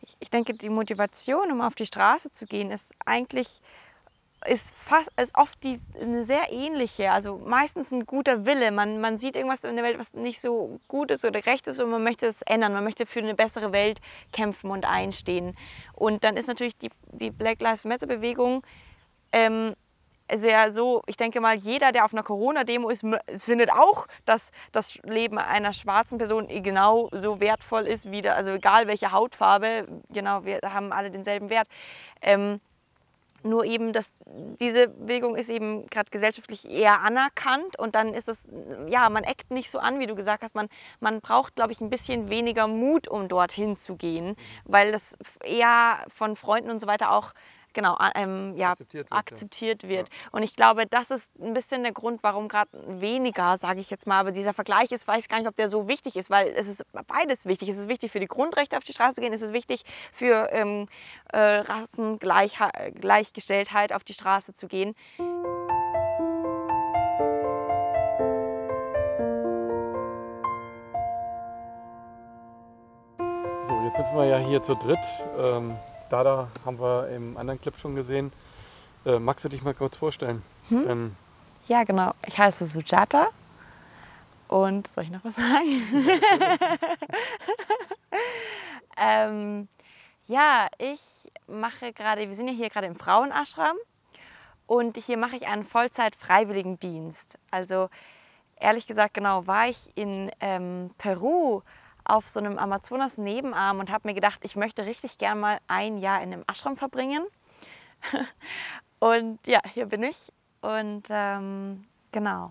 Ich denke, die Motivation, um auf die Straße zu gehen, ist oft eine sehr ähnliche, also meistens ein guter Wille. Man sieht irgendwas in der Welt, was nicht so gut ist oder recht ist und man möchte es ändern. Man möchte für eine bessere Welt kämpfen und einstehen. Und dann ist natürlich die Black Lives Matter Bewegung sehr so, ich denke mal, jeder, der auf einer Corona-Demo ist, findet auch, dass das Leben einer schwarzen Person genau so wertvoll ist, also egal welche Hautfarbe, genau, wir haben alle denselben Wert. Nur eben, diese Bewegung ist eben gerade gesellschaftlich eher anerkannt und dann ist es, ja, man eckt nicht so an, wie du gesagt hast. Man braucht, glaube ich, ein bisschen weniger Mut, um dorthin zu gehen, weil das eher von Freunden und so weiter auch, genau, ja, akzeptiert wird. Ja. Und ich glaube, das ist ein bisschen der Grund, warum gerade weniger, sage ich jetzt mal, aber dieser Vergleich ist, weiß gar nicht, ob der so wichtig ist, weil es ist beides wichtig. Es ist wichtig für die Grundrechte, auf die Straße zu gehen, es ist wichtig für Rassengleichgestelltheit auf die Straße zu gehen. So, jetzt sitzen wir ja hier zu dritt. Dada haben wir im anderen Clip schon gesehen. Magst du dich mal kurz vorstellen? Ja, genau. Ich heiße Sujata. Und soll ich noch was sagen? Ja, ich mache gerade, wir sind ja hier gerade im Frauenashram und hier mache ich einen Vollzeit-Freiwilligendienst. Also ehrlich gesagt, genau, war ich in Peru auf so einem Amazonas-Nebenarm und habe mir gedacht, ich möchte richtig gern mal ein Jahr in einem Ashram verbringen. Und ja, hier bin ich und genau.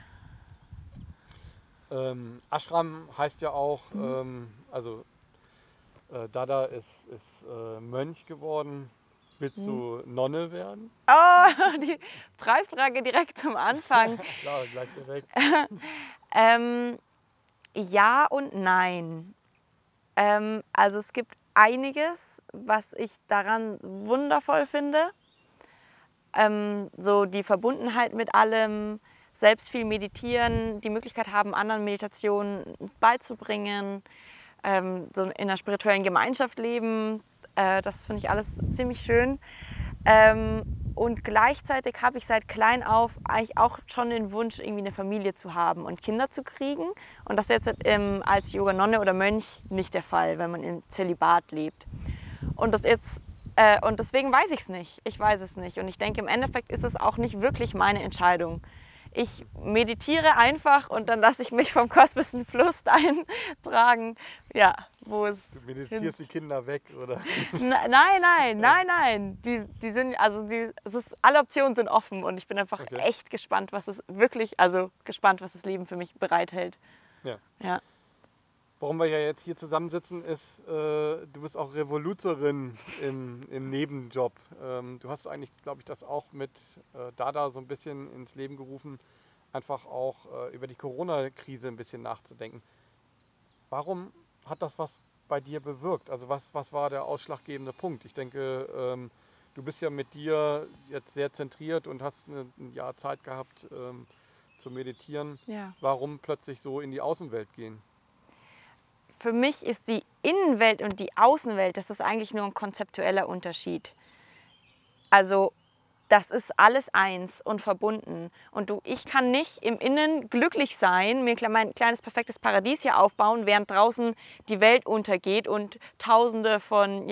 Ashram heißt ja auch, also Dada ist Mönch geworden. Willst du Nonne werden? Oh, die Preisfrage direkt zum Anfang. Klar, gleich direkt. Ähm, ja und nein. Also es gibt einiges, was ich daran wundervoll finde. So die Verbundenheit mit allem, selbst viel meditieren, die Möglichkeit haben, anderen Meditationen beizubringen, so in einer spirituellen Gemeinschaft leben. Das finde ich alles ziemlich schön. Und gleichzeitig habe ich seit klein auf eigentlich auch schon den Wunsch, irgendwie eine Familie zu haben und Kinder zu kriegen. Und das ist jetzt als Yoga-Nonne oder Mönch nicht der Fall, wenn man im Zölibat lebt. Und deswegen weiß ich es nicht. Ich weiß es nicht. Und ich denke, im Endeffekt ist es auch nicht wirklich meine Entscheidung. Ich meditiere einfach und dann lasse ich mich vom kosmischen Fluss dahin tragen, ja, wo es Du meditierst die Kinder weg, oder? Nein. Die sind, also alle Optionen sind offen und ich bin einfach Okay. echt gespannt, was das Leben für mich bereithält. Ja. Ja. Warum wir ja jetzt hier zusammensitzen, ist, du bist auch Revoluzerin im Nebenjob. Du hast eigentlich, glaube ich, das auch mit Dada so ein bisschen ins Leben gerufen, einfach auch über die Corona-Krise ein bisschen nachzudenken. Warum hat das was bei dir bewirkt? Also was war der ausschlaggebende Punkt? Ich denke, du bist ja mit dir jetzt sehr zentriert und hast ein Jahr Zeit gehabt zu meditieren. Ja. Warum plötzlich so in die Außenwelt gehen? Für mich ist die Innenwelt und die Außenwelt, das ist eigentlich nur ein konzeptueller Unterschied. Also das ist alles eins und verbunden. Und ich kann nicht im Innen glücklich sein, mir mein kleines perfektes Paradies hier aufbauen, während draußen die Welt untergeht und Tausende von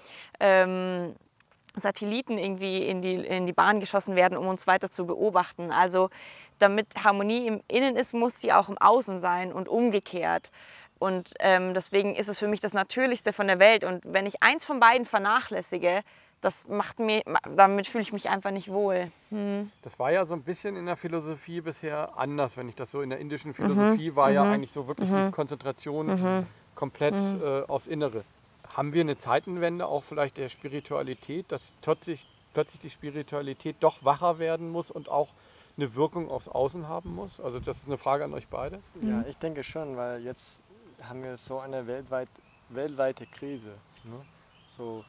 Satelliten irgendwie in die Bahn geschossen werden, um uns weiter zu beobachten. Also damit Harmonie im Innen ist, muss sie auch im Außen sein und umgekehrt. Und deswegen ist es für mich das Natürlichste von der Welt. Und wenn ich eins von beiden vernachlässige, damit fühle ich mich einfach nicht wohl. Das war ja so ein bisschen in der Philosophie bisher anders, wenn ich das so in der indischen Philosophie war ja eigentlich so wirklich die Konzentration komplett aufs Innere. Haben wir eine Zeitenwende auch vielleicht der Spiritualität, dass plötzlich die Spiritualität doch wacher werden muss und auch eine Wirkung aufs Außen haben muss? Also das ist eine Frage an euch beide. Ja, ich denke schon, weil jetzt haben wir so eine weltweite Krise. Ne? So,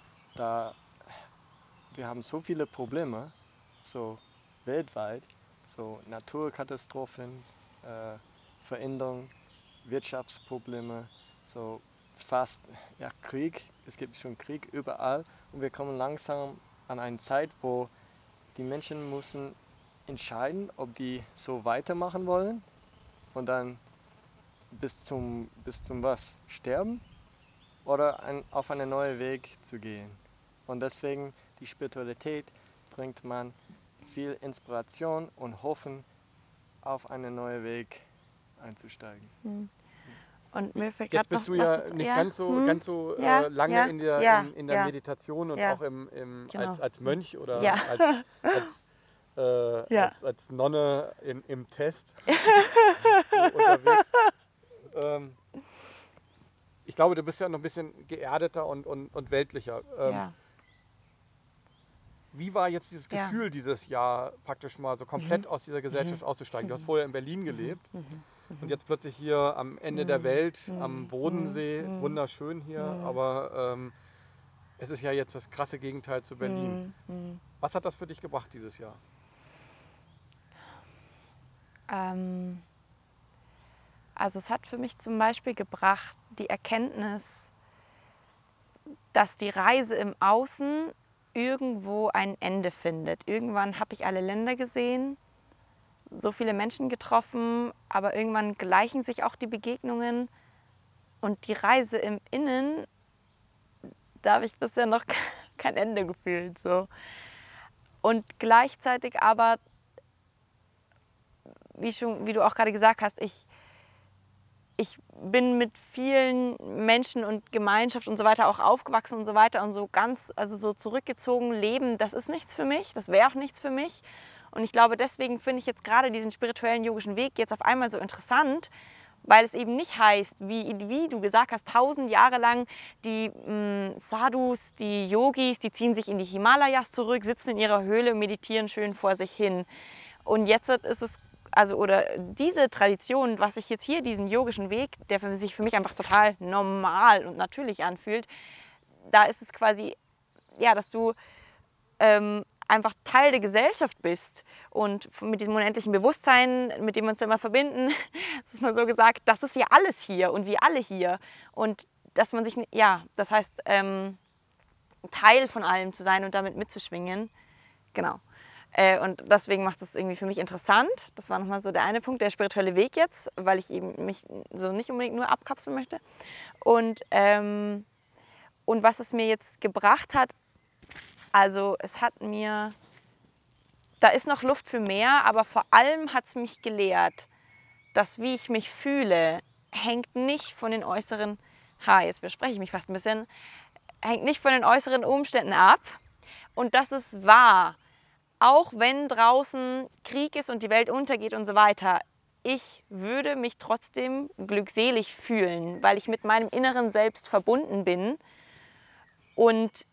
wir haben so viele Probleme, so weltweit, so Naturkatastrophen, Veränderung, Wirtschaftsprobleme, so fast Krieg, es gibt schon Krieg überall und wir kommen langsam an eine Zeit, wo die Menschen müssen entscheiden, ob die so weitermachen wollen und dann bis zum was? Sterben oder auf einen neuen Weg zu gehen. Und deswegen die Spiritualität bringt man viel Inspiration und Hoffen, auf einen neuen Weg einzusteigen. Und mir fällt Jetzt gerade bist noch du ja was dazu. nicht ganz so Ja, lange ja, in der, ja, in der ja. Meditation und Ja. auch Genau. als Mönch oder Ja. Ja. als Nonne im Test so unterwegs. Ich glaube, du bist ja noch ein bisschen geerdeter und weltlicher. Ja. Wie war jetzt dieses Ja. Gefühl dieses Jahr praktisch mal so komplett aus dieser Gesellschaft auszusteigen? Du hast vorher in Berlin gelebt und jetzt plötzlich hier am Ende der Welt, am Bodensee, wunderschön hier, aber es ist ja jetzt das krasse Gegenteil zu Berlin. Was hat das für dich gebracht dieses Jahr? Also es hat für mich zum Beispiel gebracht die Erkenntnis, dass die Reise im Außen irgendwo ein Ende findet. Irgendwann habe ich alle Länder gesehen, so viele Menschen getroffen, aber irgendwann gleichen sich auch die Begegnungen und die Reise im Innen, da habe ich bisher noch kein Ende gefühlt. So. Und gleichzeitig aber, wie du auch gerade gesagt hast, ich bin mit vielen Menschen und Gemeinschaft und so weiter auch aufgewachsen und so weiter und so ganz, also so zurückgezogen leben, das ist nichts für mich, das wäre auch nichts für mich. Und ich glaube, deswegen finde ich jetzt gerade diesen spirituellen yogischen Weg jetzt auf einmal so interessant, weil es eben nicht heißt, wie du gesagt hast, 1000 Jahre lang die Sadhus, die Yogis, die ziehen sich in die Himalayas zurück, sitzen in ihrer Höhle, meditieren schön vor sich hin. Und jetzt ist es oder diese Tradition, was ich jetzt hier, diesen yogischen Weg, der sich für mich einfach total normal und natürlich anfühlt, da ist es quasi, ja, dass du einfach Teil der Gesellschaft bist und mit diesem unendlichen Bewusstsein, mit dem wir uns immer verbinden, das ist mal so gesagt, das ist ja alles hier und wir alle hier. Und dass man sich, ja, das heißt, Teil von allem zu sein und damit mitzuschwingen, genau. Und deswegen macht es irgendwie für mich interessant. Das war nochmal so der eine Punkt, der spirituelle Weg jetzt, weil ich eben mich so nicht unbedingt nur abkapseln möchte. Und was es mir jetzt gebracht hat, also es hat mir, da ist noch Luft für mehr, aber vor allem hat es mich gelehrt, dass wie ich mich fühle, hängt nicht von den äußeren, jetzt verspreche ich mich fast ein bisschen, hängt nicht von den äußeren Umständen ab. Und das ist wahr. Auch wenn draußen Krieg ist und die Welt untergeht und so weiter, ich würde mich trotzdem glückselig fühlen, weil ich mit meinem inneren Selbst verbunden bin und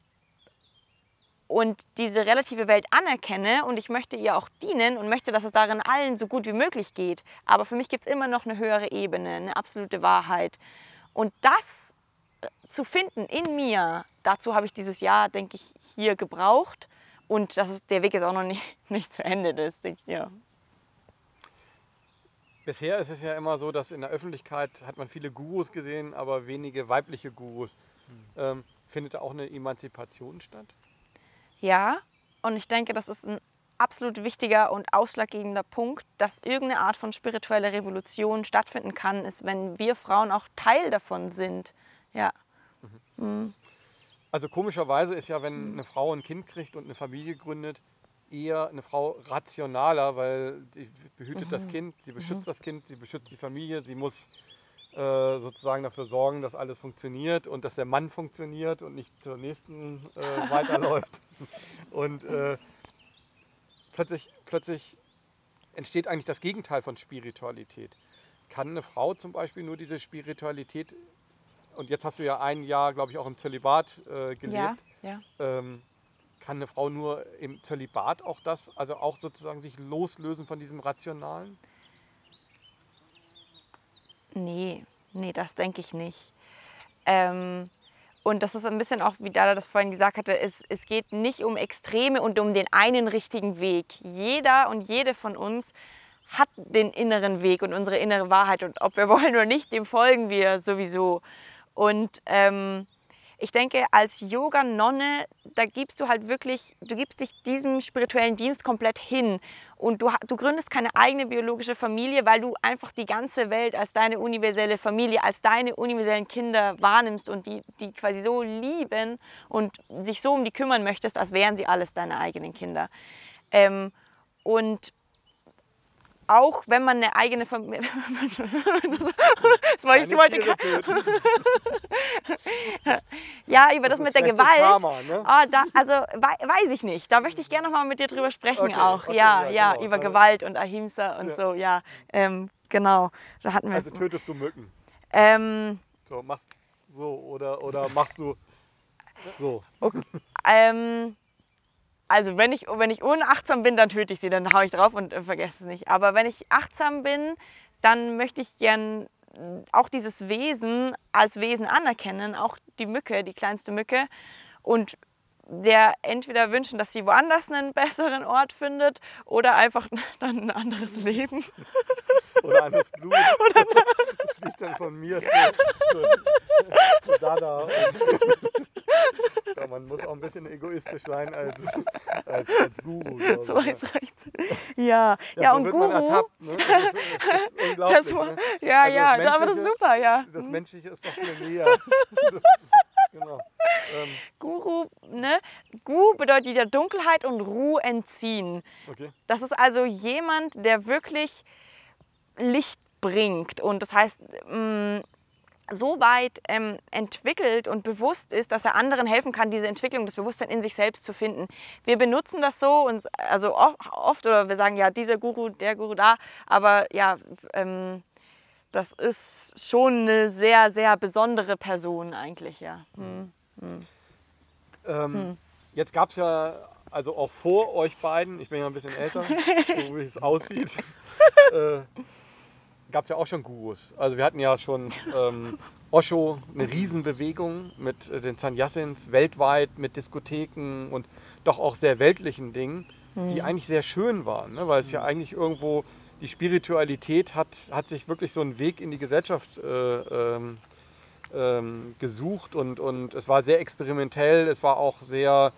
diese relative Welt anerkenne und ich möchte ihr auch dienen und möchte, dass es darin allen so gut wie möglich geht. Aber für mich gibt es immer noch eine höhere Ebene, eine absolute Wahrheit. Und das zu finden in mir, dazu habe ich dieses Jahr, denke ich, hier gebraucht. Und der Weg ist auch noch nicht zu Ende, das denke ich, ja. Bisher ist es ja immer so, dass in der Öffentlichkeit hat man viele Gurus gesehen, aber wenige weibliche Gurus. Findet da auch eine Emanzipation statt? Ja, und ich denke, das ist ein absolut wichtiger und ausschlaggebender Punkt, dass irgendeine Art von spiritueller Revolution stattfinden kann, ist, wenn wir Frauen auch Teil davon sind. Ja. Also komischerweise ist ja, wenn eine Frau ein Kind kriegt und eine Familie gründet, eher eine Frau rationaler, weil sie behütet das Kind, sie beschützt das Kind, sie beschützt die Familie, sie muss sozusagen dafür sorgen, dass alles funktioniert und dass der Mann funktioniert und nicht zur nächsten weiterläuft. Und plötzlich entsteht eigentlich das Gegenteil von Spiritualität. Kann eine Frau zum Beispiel nur diese Spiritualität, und jetzt hast du ja ein Jahr, glaube ich, auch im Zölibat gelebt, Ja. kann eine Frau nur im Zölibat auch das, also auch sozusagen sich loslösen von diesem Rationalen? Nee, das denke ich nicht. Und das ist ein bisschen auch, wie Dada das vorhin gesagt hatte, es geht nicht um Extreme und um den einen richtigen Weg. Jeder und jede von uns hat den inneren Weg und unsere innere Wahrheit und ob wir wollen oder nicht, dem folgen wir sowieso. Und ich denke, als Yoga-Nonne, da gibst du halt wirklich, du gibst dich diesem spirituellen Dienst komplett hin. Und du gründest keine eigene biologische Familie, weil du einfach die ganze Welt als deine universelle Familie, als deine universellen Kinder wahrnimmst und die quasi so lieben und sich so um die kümmern möchtest, als wären sie alles deine eigenen Kinder. Und auch wenn man eine eigene Familie. Das wollte ja, über das mit der Gewalt. Karma, ne? Also weiß ich nicht. Da möchte ich gerne noch mal mit dir drüber sprechen Okay, auch. okay, Ja, genau. über Gewalt und Ahimsa und so. Ja, genau. Da hatten wir. Also tötest du Mücken. So, machst so oder machst du so. Okay. Also wenn ich unachtsam bin, dann töte ich sie, dann haue ich drauf und vergesse es nicht. Aber wenn ich achtsam bin, dann möchte ich gern auch dieses Wesen als Wesen anerkennen, auch die Mücke, die kleinste Mücke. Und der entweder wünschen, dass sie woanders einen besseren Ort findet oder einfach dann ein anderes Leben. Oder anderes Blut. Das fliegt dann von mir zu Dada. Ja, man muss auch ein bisschen egoistisch sein als Guru. So weit reicht. Ja, so und wird Guru. man ertappt, ne? Das ist unglaublich. Ne? Ja, Also ja, aber das ist super, ja. Das Menschliche ist doch viel näher. Genau. Guru, ne? Gu bedeutet ja Dunkelheit und Ru entziehen. Okay. Das ist also jemand, der wirklich Licht bringt. Und das heißt, so weit entwickelt und bewusst ist, dass er anderen helfen kann, diese Entwicklung, das Bewusstsein in sich selbst zu finden. Wir benutzen das so, und also oft, oder wir sagen ja, dieser Guru, der Guru da, aber ja, das ist schon eine sehr, sehr besondere Person eigentlich, ja. Jetzt gab es ja, also auch vor euch beiden, ich bin ja ein bisschen älter, so wie es aussieht, gab es ja auch schon Gurus. Also wir hatten ja schon Osho, eine Riesenbewegung mit den Sannyasins weltweit, mit Diskotheken und doch auch sehr weltlichen Dingen, die eigentlich sehr schön waren, ne? Weil es ja eigentlich irgendwo, die Spiritualität hat sich wirklich so einen Weg in die Gesellschaft gesucht und es war sehr experimentell, es war auch sehr,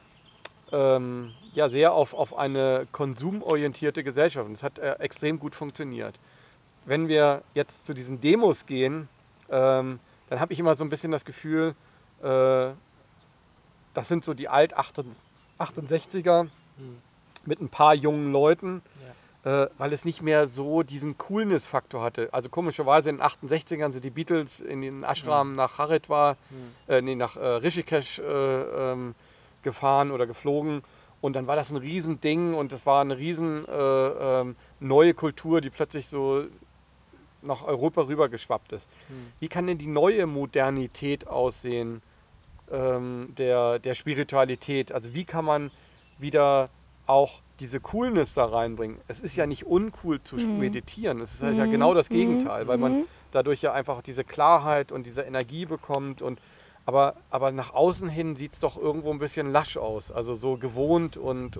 sehr auf eine konsumorientierte Gesellschaft und es hat extrem gut funktioniert. Wenn wir jetzt zu diesen Demos gehen, dann habe ich immer so ein bisschen das Gefühl, das sind so die Alt-68er mit ein paar jungen Leuten, weil es nicht mehr so diesen Coolness-Faktor hatte. Also komischerweise in den 68ern sind die Beatles in den Ashram nach Haridwar, nach Rishikesh gefahren oder geflogen. Und dann war das ein Riesending und das war eine riesen neue Kultur, die plötzlich so nach Europa rübergeschwappt ist. Wie kann denn die neue Modernität aussehen, der Spiritualität? Also wie kann man wieder auch diese Coolness da reinbringen? Es ist ja nicht uncool zu meditieren, es ist ja genau das Gegenteil, weil man dadurch ja einfach diese Klarheit und diese Energie bekommt. Aber nach außen hin sieht es doch irgendwo ein bisschen lasch aus, also so gewohnt und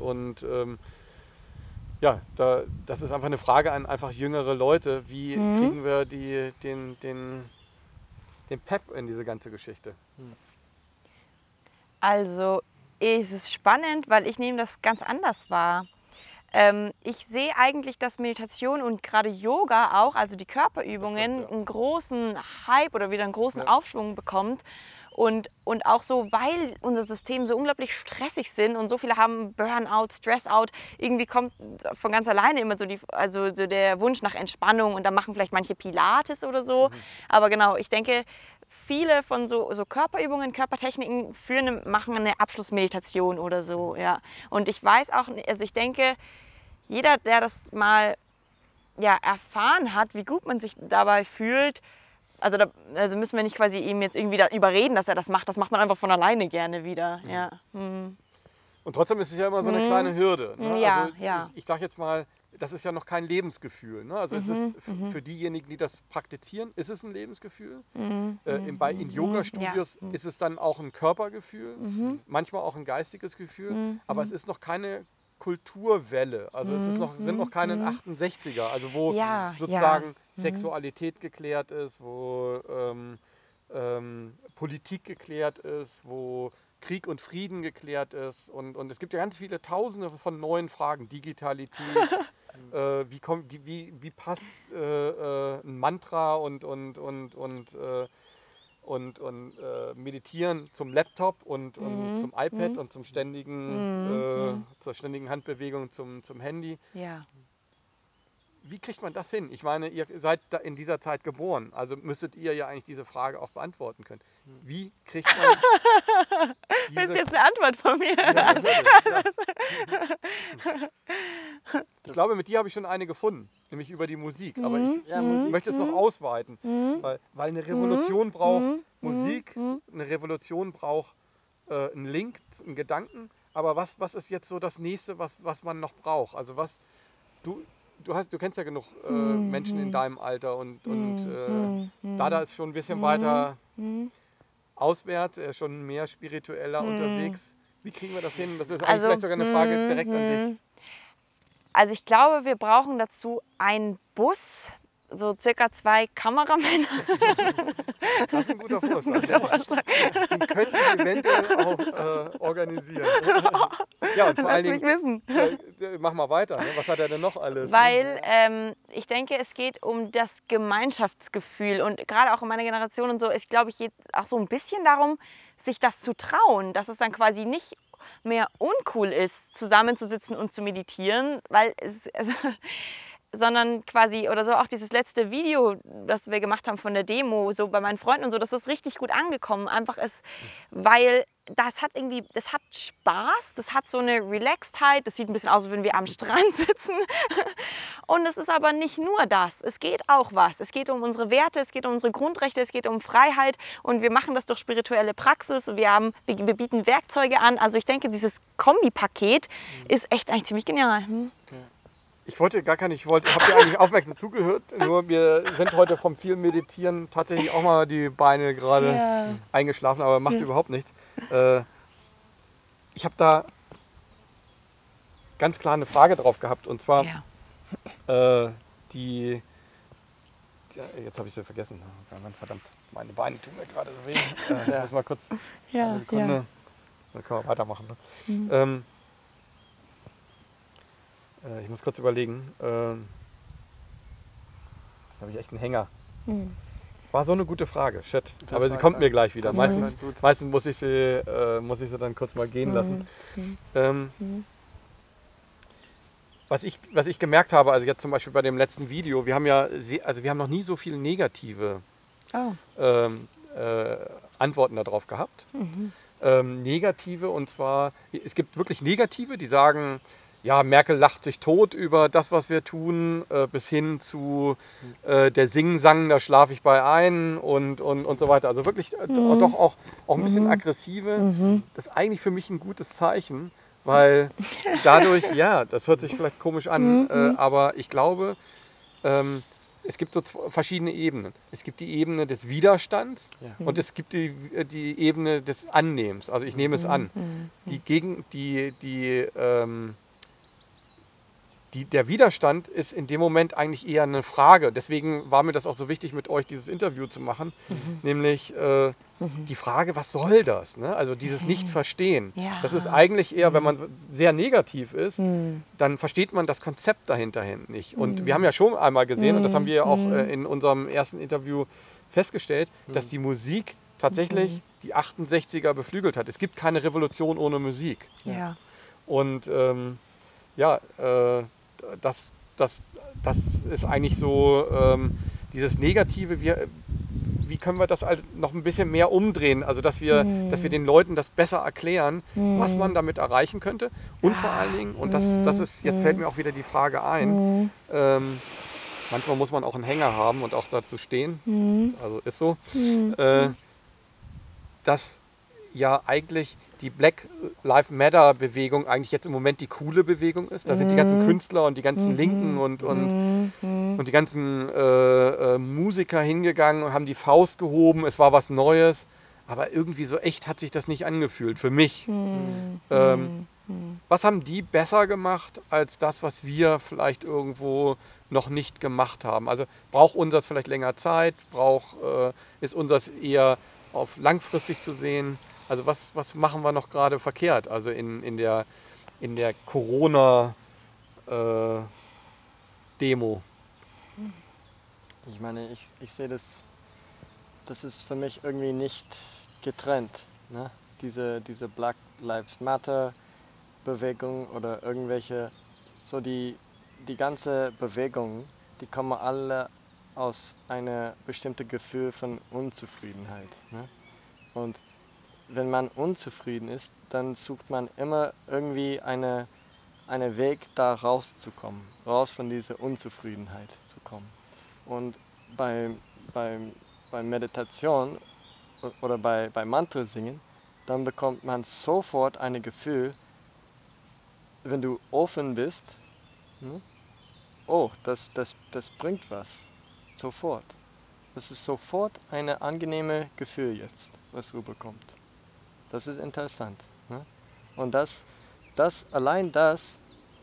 das ist einfach eine Frage an einfach jüngere Leute. Wie kriegen wir den Pep in diese ganze Geschichte? Also es ist spannend, weil ich nehme das ganz anders wahr. Ich sehe eigentlich, dass Meditation und gerade Yoga auch, also die Körperübungen, einen großen Hype oder wieder einen großen Aufschwung bekommt. Und auch so, weil unser System so unglaublich stressig sind und so viele haben Burnout, Stressout, irgendwie kommt von ganz alleine immer so so der Wunsch nach Entspannung und dann machen vielleicht manche Pilates oder so. Aber genau, ich denke, viele von so Körperübungen, Körpertechniken machen eine Abschlussmeditation oder so. Ja. Und ich weiß auch, also ich denke, jeder, der das mal erfahren hat, wie gut man sich dabei fühlt, also müssen wir nicht quasi ihm jetzt irgendwie da überreden, dass er das macht man einfach von alleine gerne wieder. Ja. Und trotzdem ist es ja immer so eine kleine Hürde. Ne? Ja, also ich sage jetzt mal, das ist ja noch kein Lebensgefühl. Ne? Also es ist für diejenigen, die das praktizieren, ist es ein Lebensgefühl. In Yoga-Studios ist es dann auch ein Körpergefühl, manchmal auch ein geistiges Gefühl, aber es ist noch keine Kulturwelle. Also es sind noch keine 68er, also wo sozusagen Sexualität geklärt ist, wo Politik geklärt ist, wo Krieg und Frieden geklärt ist. Und es gibt ja ganz viele Tausende von neuen Fragen. Digitalität, wie passt ein Mantra und Meditieren zum Laptop und zum iPad und zum zur ständigen Handbewegung zum Handy. Ja. Wie kriegt man das hin? Ich meine, ihr seid da in dieser Zeit geboren, also müsstet ihr ja eigentlich diese Frage auch beantworten können. Wie kriegt man Das ist jetzt eine Antwort von mir. Ja, natürlich, ja. Ich glaube, mit dir habe ich schon eine gefunden, nämlich über die Musik. Aber ich möchte es noch ausweiten, weil eine Revolution braucht Musik, eine Revolution braucht einen Link, einen Gedanken. Aber was ist jetzt so das Nächste, was man noch braucht? Also du kennst ja genug Menschen in deinem Alter und Dada ist schon ein bisschen weiter auswärts, er ist schon mehr spiritueller unterwegs. Wie kriegen wir das hin? Das ist eigentlich vielleicht sogar eine Frage direkt an dich. Also ich glaube, wir brauchen dazu einen Bus, so circa 2 Kameramänner. Das ist ein guter Vorschlag. Den könnten wir eventuell auch organisieren. Ja, und vor Lass allen mich Dingen, wissen. mach mal weiter. Ne? Was hat er denn noch alles? Weil ich denke, es geht um das Gemeinschaftsgefühl und gerade auch in meiner Generation und so ist, glaube ich, auch so ein bisschen darum, sich das zu trauen, dass es dann quasi nicht mehr uncool ist, zusammenzusitzen und zu meditieren, weil sondern quasi, oder so auch dieses letzte Video, das wir gemacht haben von der Demo, so bei meinen Freunden und so, das ist richtig gut angekommen. Einfach weil das hat Spaß, das hat so eine Relaxedheit, das sieht ein bisschen aus, als wenn wir am Strand sitzen. Und es ist aber nicht nur das, es geht auch was. Es geht um unsere Werte, es geht um unsere Grundrechte, es geht um Freiheit und wir machen das durch spirituelle Praxis. Wir bieten Werkzeuge an. Also ich denke, dieses Kombipaket ist echt eigentlich ziemlich genial. Ich habe dir eigentlich aufmerksam zugehört, nur wir sind heute vom vielen Meditieren tatsächlich auch mal die Beine gerade eingeschlafen, aber macht überhaupt nichts. Ich habe da ganz klar eine Frage drauf gehabt und zwar jetzt habe ich sie vergessen. Verdammt, meine Beine tun mir gerade so weh. Ich muss mal kurz eine Sekunde, dann können wir weitermachen. Ne? Ich muss kurz überlegen. Jetzt habe ich echt einen Hänger. War so eine gute Frage, shit. Aber sie kommt mir gleich wieder. Meistens muss ich sie dann kurz mal gehen lassen. Was ich gemerkt habe, also jetzt zum Beispiel bei dem letzten Video, wir haben noch nie so viele negative Antworten darauf gehabt. Negative, und zwar, es gibt wirklich Negative, die sagen, ja, Merkel lacht sich tot über das, was wir tun, bis hin zu der Sing-Sang, da schlafe ich bei ein und so weiter. Also wirklich doch auch ein bisschen aggressive. Das ist eigentlich für mich ein gutes Zeichen, weil dadurch, ja, das hört sich vielleicht komisch an, aber ich glaube, es gibt so verschiedene Ebenen. Es gibt die Ebene des Widerstands und es gibt die Ebene des Annehmens. Also ich nehme es an. Der Widerstand ist in dem Moment eigentlich eher eine Frage. Deswegen war mir das auch so wichtig, mit euch dieses Interview zu machen. Nämlich die Frage, was soll das? Ne? Also dieses Nicht-Verstehen. Ja. Das ist eigentlich eher, wenn man sehr negativ ist, dann versteht man das Konzept dahinter nicht. Und wir haben ja schon einmal gesehen, und das haben wir ja auch in unserem ersten Interview festgestellt, dass die Musik tatsächlich die 68er beflügelt hat. Es gibt keine Revolution ohne Musik. Ja. Und das ist eigentlich so dieses Negative, wie können wir das halt noch ein bisschen mehr umdrehen, also dass wir den Leuten das besser erklären, was man damit erreichen könnte und vor allen Dingen, und das ist, jetzt fällt mir auch wieder die Frage ein, manchmal muss man auch einen Hänger haben und auch dazu stehen, also ist so, dass ja eigentlich die Black Lives Matter Bewegung eigentlich jetzt im Moment die coole Bewegung ist. Da sind die ganzen Künstler und die ganzen Linken und die ganzen Musiker hingegangen und haben die Faust gehoben. Es war was Neues. Aber irgendwie so echt hat sich das nicht angefühlt für mich. Was haben die besser gemacht als das, was wir vielleicht irgendwo noch nicht gemacht haben? Also braucht unseres vielleicht länger Zeit? Ist unseres eher auf langfristig zu sehen? Also was machen wir noch gerade verkehrt? Also in der Corona-Demo. Ich meine, ich sehe das ist für mich irgendwie nicht getrennt. Ne? Diese Black Lives Matter Bewegung oder irgendwelche, so die ganze Bewegung, die kommen alle aus einem bestimmten Gefühl von Unzufriedenheit. Ne? Und wenn man unzufrieden ist, dann sucht man immer irgendwie einen Weg, da rauszukommen, raus von dieser Unzufriedenheit zu kommen. Und bei Meditation oder bei Mantra singen, dann bekommt man sofort ein Gefühl, wenn du offen bist, oh, das bringt was, sofort. Das ist sofort ein angenehmes Gefühl jetzt, was du bekommst. Das ist interessant. Ne? Und allein das,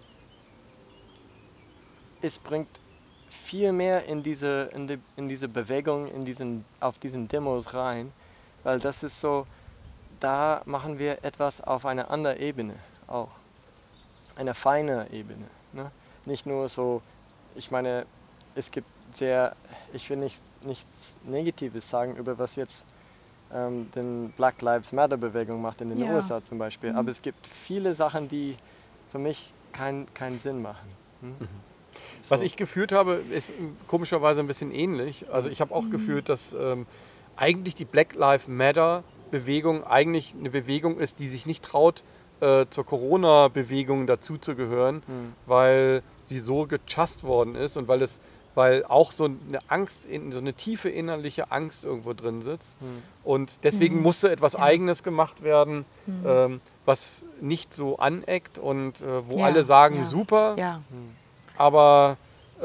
es bringt viel mehr in diese Bewegung, auf diesen Demos rein, weil das ist so, da machen wir etwas auf einer anderen Ebene auch. Eine feine Ebene. Ne? Nicht nur so, ich meine, es gibt ich will nichts Negatives sagen über was jetzt den Black Lives Matter Bewegung macht in den USA zum Beispiel, aber es gibt viele Sachen, die für mich keinen Sinn machen. So. Was ich gefühlt habe, ist komischerweise ein bisschen ähnlich. Also ich habe auch gefühlt, dass eigentlich die Black Lives Matter Bewegung eigentlich eine Bewegung ist, die sich nicht traut, zur Corona-Bewegung dazuzugehören, weil sie so gechast worden ist und weil auch so eine Angst, so eine tiefe innerliche Angst irgendwo drin sitzt. Und deswegen musste etwas Eigenes gemacht werden, was nicht so aneckt und wo alle sagen, super. Ja. Aber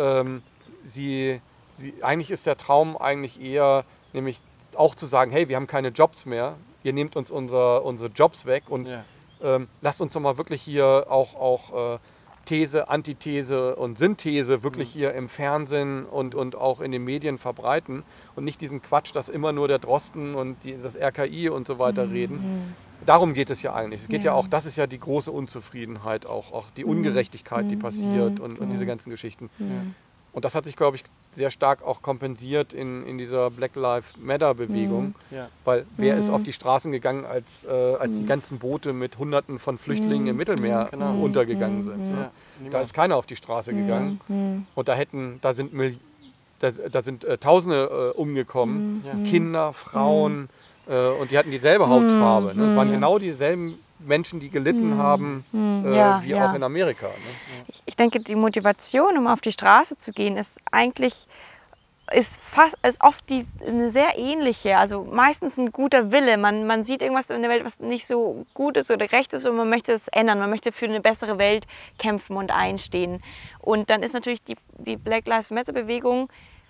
eigentlich ist der Traum eigentlich eher, nämlich auch zu sagen, hey, wir haben keine Jobs mehr, ihr nehmt uns unsere Jobs weg und lasst uns doch mal wirklich hier auch These, Antithese und Synthese wirklich hier im Fernsehen und auch in den Medien verbreiten und nicht diesen Quatsch, dass immer nur der Drosten und das RKI und so weiter reden. Darum geht es ja eigentlich. Es geht ja auch, das ist ja die große Unzufriedenheit, auch die Ungerechtigkeit, die passiert und diese ganzen Geschichten. Und das hat sich, glaube ich, sehr stark auch kompensiert in dieser Black Lives Matter Bewegung. Weil wer ist auf die Straßen gegangen, als die ganzen Boote mit Hunderten von Flüchtlingen im Mittelmeer untergegangen sind. Ne? Da ist keiner auf die Straße gegangen. Und da sind Tausende umgekommen. Kinder, Frauen. Und die hatten dieselbe Hautfarbe. Ne? Es waren genau dieselben Menschen, die gelitten haben, wie auch in Amerika. Ne? Ich denke, die Motivation, um auf die Straße zu gehen, ist oft eine sehr ähnliche. Also meistens ein guter Wille. Man sieht irgendwas in der Welt, was nicht so gut ist oder recht ist und man möchte es ändern. Man möchte für eine bessere Welt kämpfen und einstehen. Und dann ist natürlich die Black Lives Matter Bewegung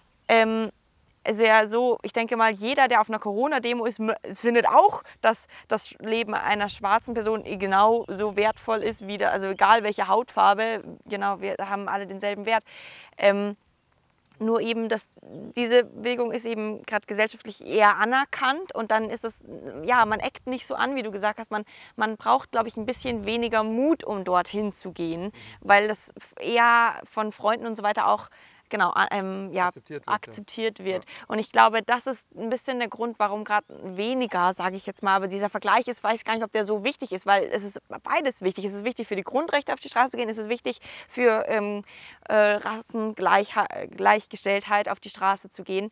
sehr so, ich denke mal, jeder, der auf einer Corona-Demo ist, findet auch, dass das Leben einer schwarzen Person genau so wertvoll ist, also egal welche Hautfarbe, genau, wir haben alle denselben Wert. Nur eben, diese Bewegung ist eben gerade gesellschaftlich eher anerkannt und dann ist es, man eckt nicht so an, wie du gesagt hast, man braucht, glaube ich, ein bisschen weniger Mut, um dorthin zu gehen, weil das eher von Freunden und so weiter auch akzeptiert wird. Und ich glaube, das ist ein bisschen der Grund, warum gerade weniger, sage ich jetzt mal, aber dieser Vergleich ist, weiß ich gar nicht, ob der so wichtig ist, weil es ist beides wichtig. Es ist wichtig für die Grundrechte, auf die Straße zu gehen, es ist wichtig für Rassengleichgestelltheit, auf die Straße zu gehen.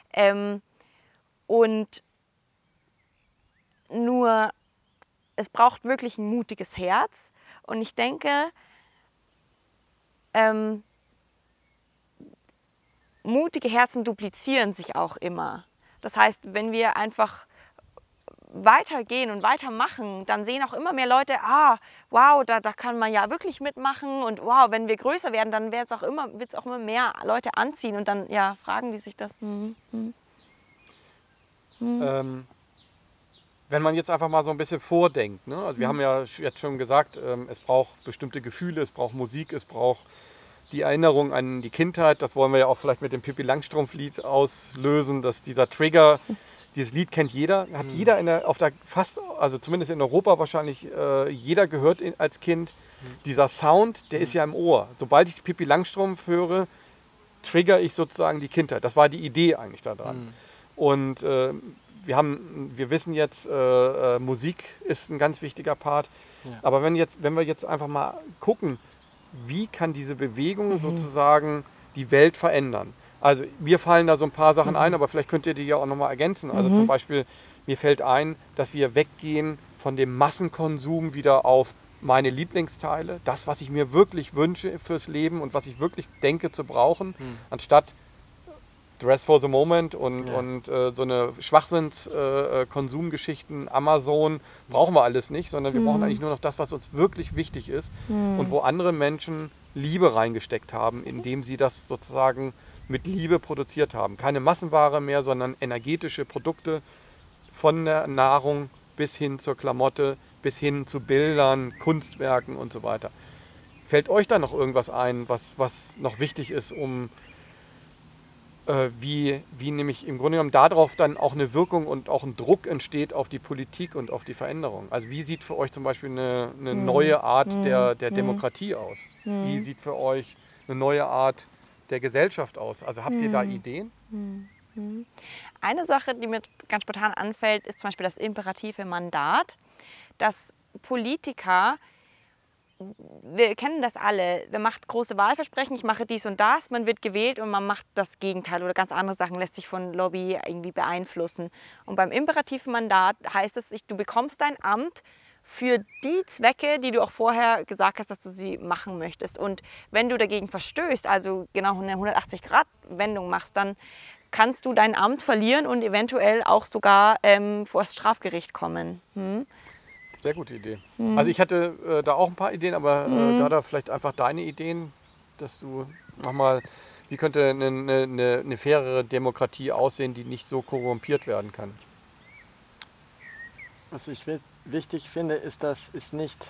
Und nur, es braucht wirklich ein mutiges Herz. Und ich denke, mutige Herzen duplizieren sich auch immer. Das heißt, wenn wir einfach weitergehen und weitermachen, dann sehen auch immer mehr Leute, wow, da kann man ja wirklich mitmachen und wow, wenn wir größer werden, dann wird es auch immer mehr Leute anziehen und dann fragen die sich das. Wenn man jetzt einfach mal so ein bisschen vordenkt, ne? Also wir haben ja jetzt schon gesagt, es braucht bestimmte Gefühle, es braucht Musik, es braucht die Erinnerung an die Kindheit. Das wollen wir ja auch vielleicht mit dem Pippi Langstrumpf-Lied auslösen, dass dieser Trigger, dieses Lied kennt jeder, hat jeder also zumindest in Europa wahrscheinlich jeder gehört als Kind. Dieser Sound, der ist ja im Ohr. Sobald ich Pippi Langstrumpf höre, trigger ich sozusagen die Kindheit. Das war die Idee eigentlich daran. Und wir wissen jetzt, Musik ist ein ganz wichtiger Part. Ja. Aber wenn wir jetzt einfach mal gucken, wie kann diese Bewegung sozusagen die Welt verändern? Also mir fallen da so ein paar Sachen ein, aber vielleicht könnt ihr die ja auch nochmal ergänzen. Also zum Beispiel, mir fällt ein, dass wir weggehen von dem Massenkonsum wieder auf meine Lieblingsteile, das, was ich mir wirklich wünsche fürs Leben und was ich wirklich denke zu brauchen, anstatt Dress for the Moment und so eine Schwachsinns-Konsumgeschichten, Amazon, brauchen wir alles nicht, sondern wir brauchen eigentlich nur noch das, was uns wirklich wichtig ist und wo andere Menschen Liebe reingesteckt haben, indem sie das sozusagen mit Liebe produziert haben. Keine Massenware mehr, sondern energetische Produkte von der Nahrung bis hin zur Klamotte, bis hin zu Bildern, Kunstwerken und so weiter. Fällt euch da noch irgendwas ein, was noch wichtig ist, um wie nämlich im Grunde genommen darauf dann auch eine Wirkung und auch ein Druck entsteht auf die Politik und auf die Veränderung? Also wie sieht für euch zum Beispiel eine neue Art der Demokratie aus? Wie sieht für euch eine neue Art der Gesellschaft aus? Also habt ihr da Ideen? Eine Sache, die mir ganz spontan anfällt, ist zum Beispiel das imperative Mandat, dass Politiker, wir kennen das alle, man macht große Wahlversprechen, ich mache dies und das, man wird gewählt und man macht das Gegenteil oder ganz andere Sachen, lässt sich von Lobby irgendwie beeinflussen. Und beim imperativen Mandat heißt es, du bekommst dein Amt für die Zwecke, die du auch vorher gesagt hast, dass du sie machen möchtest. Und wenn du dagegen verstößt, also genau eine 180-Grad-Wendung machst, dann kannst du dein Amt verlieren und eventuell auch sogar vor das Strafgericht kommen. Sehr gute Idee. Also ich hatte da auch ein paar Ideen, aber da vielleicht einfach deine Ideen, dass du nochmal, wie könnte eine fairere Demokratie aussehen, die nicht so korrumpiert werden kann? Was ich wichtig finde, ist, dass es nicht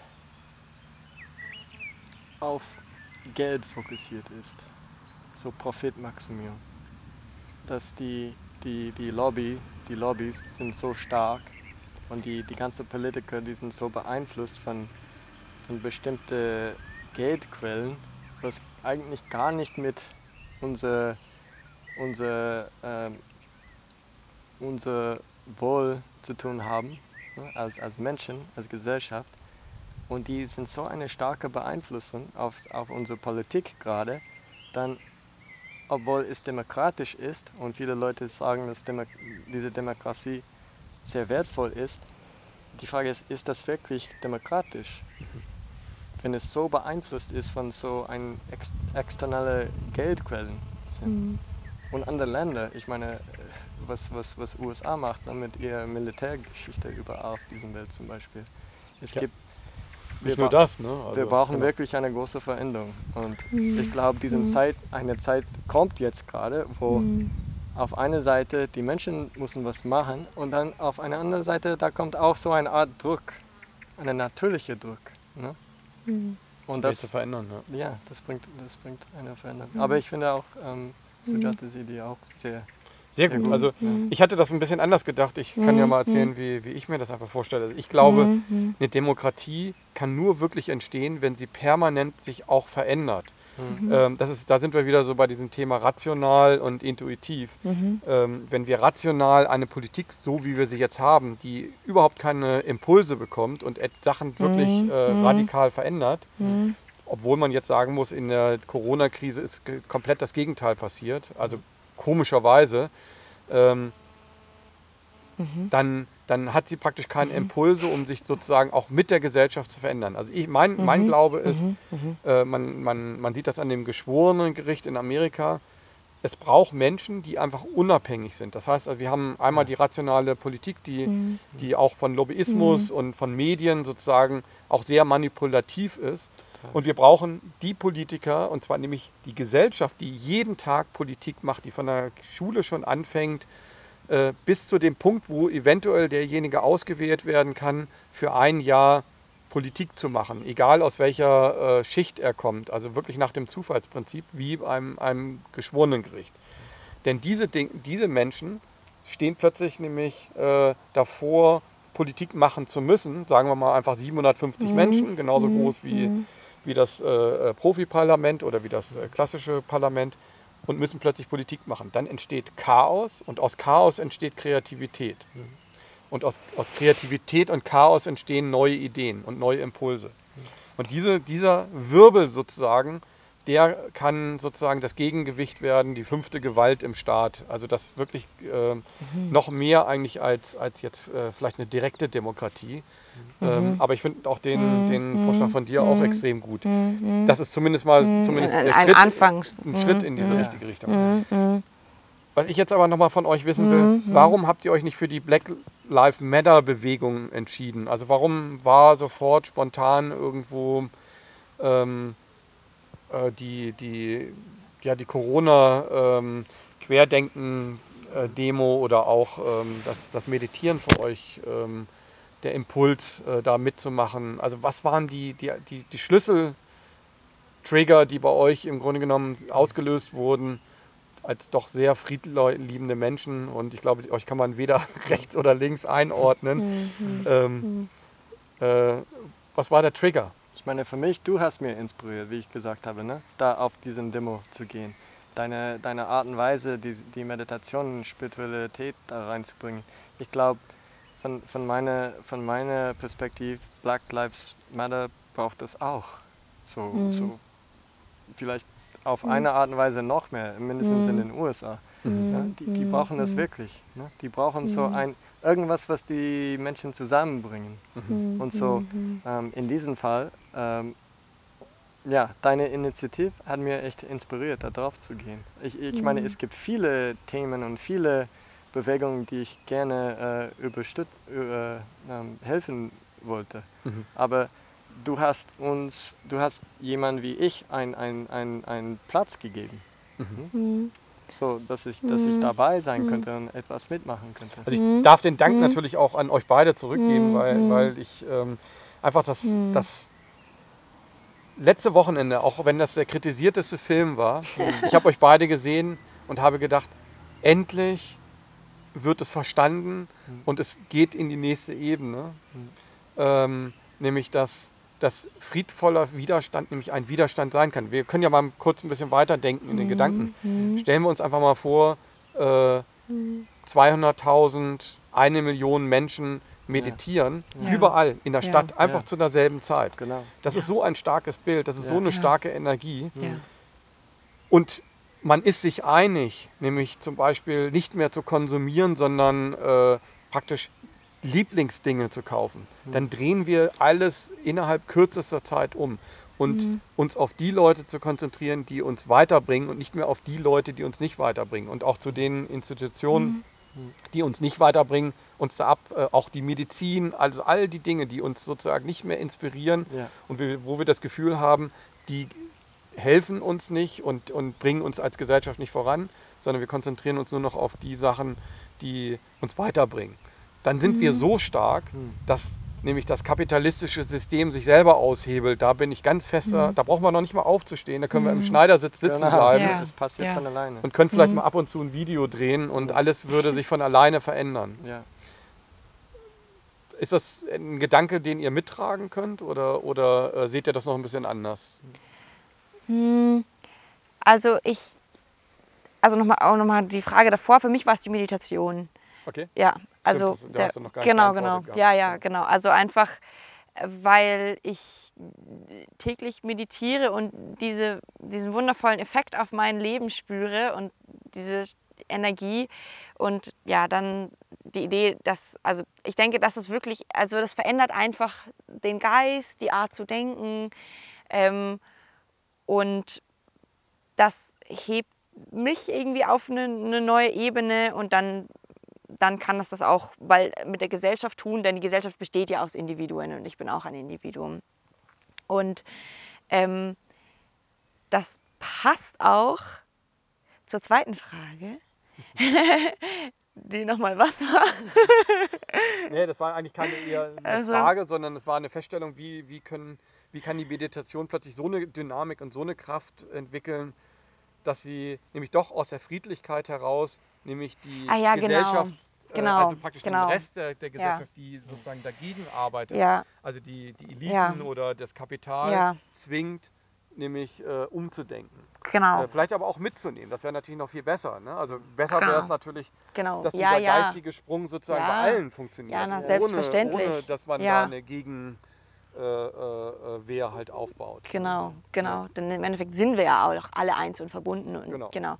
auf Geld fokussiert ist, so Profitmaximierung. Dass die Lobbys sind so stark und die ganzen Politiker, die sind so beeinflusst von bestimmten Geldquellen, was eigentlich gar nicht mit unser Wohl zu tun haben, ne, als Menschen, als Gesellschaft. Und die sind so eine starke Beeinflussung auf unsere Politik gerade, dann, obwohl es demokratisch ist und viele Leute sagen, dass diese Demokratie sehr wertvoll ist, die Frage ist das wirklich demokratisch? Wenn es so beeinflusst ist von so ein externe Geldquellen sind. Und andere Länder, ich meine, was USA macht, ne, mit ihrer Militärgeschichte überall auf dieser Welt zum Beispiel. Nicht nur das, ne? Also, wir brauchen wirklich eine große Veränderung. Und ich glaube, eine Zeit kommt jetzt gerade, wo auf einer Seite die Menschen müssen was machen und dann auf einer anderen Seite, da kommt auch so eine Art Druck, ein natürlicher Druck. Ne? Und das zu verändern, ne? Ja, das bringt eine Veränderung. Aber ich finde auch Sujatas Idee auch sehr gut. Also ich hatte das ein bisschen anders gedacht. Ich kann ja mal erzählen, wie ich mir das einfach vorstelle. Also ich glaube, eine Demokratie kann nur wirklich entstehen, wenn sie permanent sich auch verändert. Da sind wir wieder so bei diesem Thema rational und intuitiv. Wenn wir rational eine Politik, so wie wir sie jetzt haben, die überhaupt keine Impulse bekommt und Sachen wirklich radikal verändert, obwohl man jetzt sagen muss, in der Corona-Krise ist komplett das Gegenteil passiert, also komischerweise, dann hat sie praktisch keine Impulse, um sich sozusagen auch mit der Gesellschaft zu verändern. Also mein Glaube ist, man sieht das an dem Geschworenengericht in Amerika, es braucht Menschen, die einfach unabhängig sind. Das heißt, also wir haben einmal die rationale Politik, die auch von Lobbyismus und von Medien sozusagen auch sehr manipulativ ist. Und wir brauchen die Politiker, und zwar nämlich die Gesellschaft, die jeden Tag Politik macht, die von der Schule schon anfängt, bis zu dem Punkt, wo eventuell derjenige ausgewählt werden kann, für ein Jahr Politik zu machen, egal aus welcher Schicht er kommt, also wirklich nach dem Zufallsprinzip, wie einem Geschworenengericht. Denn diese Menschen stehen plötzlich nämlich davor, Politik machen zu müssen, sagen wir mal einfach 750 Menschen, genauso groß wie das Profiparlament oder wie das klassische Parlament, und müssen plötzlich Politik machen. Dann entsteht Chaos und aus Chaos entsteht Kreativität. Und aus Kreativität und Chaos entstehen neue Ideen und neue Impulse. Und dieser Wirbel sozusagen, der kann sozusagen das Gegengewicht werden, die 5. Gewalt im Staat. Also das wirklich noch mehr eigentlich als jetzt vielleicht eine direkte Demokratie. Aber ich finde auch den Vorschlag von dir auch extrem gut. Das ist zumindest der Schritt, ein Schritt in diese richtige Richtung. Was ich jetzt aber nochmal von euch wissen will, warum habt ihr euch nicht für die Black Lives Matter Bewegung entschieden? Also warum war sofort spontan irgendwo die Corona Querdenken Demo oder auch das Meditieren für euch der Impuls, da mitzumachen? Also was waren die Schlüsseltrigger, die bei euch im Grunde genommen ausgelöst wurden, als doch sehr friedliebende Menschen, und ich glaube, euch kann man weder rechts oder links einordnen. Was war der Trigger? Ich meine, für mich, du hast mir inspiriert, wie ich gesagt habe, ne? Da auf diesen Demo zu gehen. Deine Art und Weise, die Meditation und Spiritualität da reinzubringen. Ich glaube, von meiner Perspektive, Black Lives Matter braucht es auch. So vielleicht auf eine Art und Weise noch mehr, mindestens in den USA. Ja, die brauchen das wirklich. Ne? Die brauchen so irgendwas, was die Menschen zusammenbringen. Und so in diesem Fall, deine Initiative hat mir echt inspiriert, da drauf zu gehen. Ich meine, es gibt viele Themen und viele Bewegungen, die ich gerne helfen wollte. Aber du hast jemand wie ich einen Platz gegeben. So, dass ich dabei sein könnte und etwas mitmachen könnte. Also ich darf den Dank natürlich auch an euch beide zurückgeben, weil ich einfach das letzte Wochenende, auch wenn das der kritisierteste Film war, ich habe euch beide gesehen und habe gedacht, endlich wird es verstanden und es geht in die nächste Ebene, nämlich dass friedvoller Widerstand nämlich ein Widerstand sein kann. Wir können ja mal kurz ein bisschen weiterdenken in den Gedanken. Stellen wir uns einfach mal vor, 200.000, 1 Million Menschen meditieren, überall in der Stadt, einfach zu derselben Zeit. Genau. Das ist so ein starkes Bild, das ist so eine starke Energie. Und man ist sich einig, nämlich zum Beispiel nicht mehr zu konsumieren, sondern praktisch Lieblingsdinge zu kaufen. Dann drehen wir alles innerhalb kürzester Zeit um. Und uns auf die Leute zu konzentrieren, die uns weiterbringen und nicht mehr auf die Leute, die uns nicht weiterbringen. Und auch zu den Institutionen, die uns nicht weiterbringen, uns da auch die Medizin, also all die Dinge, die uns sozusagen nicht mehr inspirieren und wo wir das Gefühl haben, die helfen uns nicht und bringen uns als Gesellschaft nicht voran, sondern wir konzentrieren uns nur noch auf die Sachen, die uns weiterbringen. Dann sind wir so stark, dass nämlich das kapitalistische System sich selber aushebelt. Da bin ich ganz fester, da brauchen wir noch nicht mal aufzustehen, da können wir im Schneidersitz sitzen bleiben Das passiert von alleine. und können vielleicht mal ab und zu ein Video drehen und alles würde sich von alleine verändern. Ja. Ist das ein Gedanke, den ihr mittragen könnt oder seht ihr das noch ein bisschen anders? Also nochmal die Frage davor, für mich war es die Meditation. Okay. Ja, also Stimmt, da hast du noch gar nicht genau. geantwortet Ja, genau. Also einfach, weil ich täglich meditiere und diesen wundervollen Effekt auf mein Leben spüre und diese Energie und ja, dann die Idee, also ich denke, das ist wirklich, also das verändert einfach den Geist, die Art zu denken und das hebt mich irgendwie auf eine neue Ebene und dann kann das auch mit der Gesellschaft tun, denn die Gesellschaft besteht ja aus Individuen und ich bin auch ein Individuum. Und das passt auch zur zweiten Frage, Die nochmal was war? Nee, das war eigentlich keine eher eine Also- Frage, sondern es war eine Feststellung, wie kann die Meditation plötzlich so eine Dynamik und so eine Kraft entwickeln, dass sie nämlich doch aus der Friedlichkeit heraus, nämlich die Ah ja, genau. Gesellschaft, Genau, also praktisch genau. den Rest der Gesellschaft, die sozusagen dagegen arbeitet, Ja, also die Eliten Ja. oder das Kapital Ja. zwingt, nämlich umzudenken. genau. Vielleicht aber auch mitzunehmen, das wäre natürlich noch viel besser. Ne? Also besser Genau. wäre es natürlich, Genau. dass Ja, dieser ja. geistige Sprung sozusagen Ja. bei allen funktioniert. Ja, na, ohne, selbstverständlich. ohne dass man Ja. da eine Gegenwehr halt aufbaut. Genau. Denn im Endeffekt sind wir ja auch alle eins und verbunden. Und, Genau.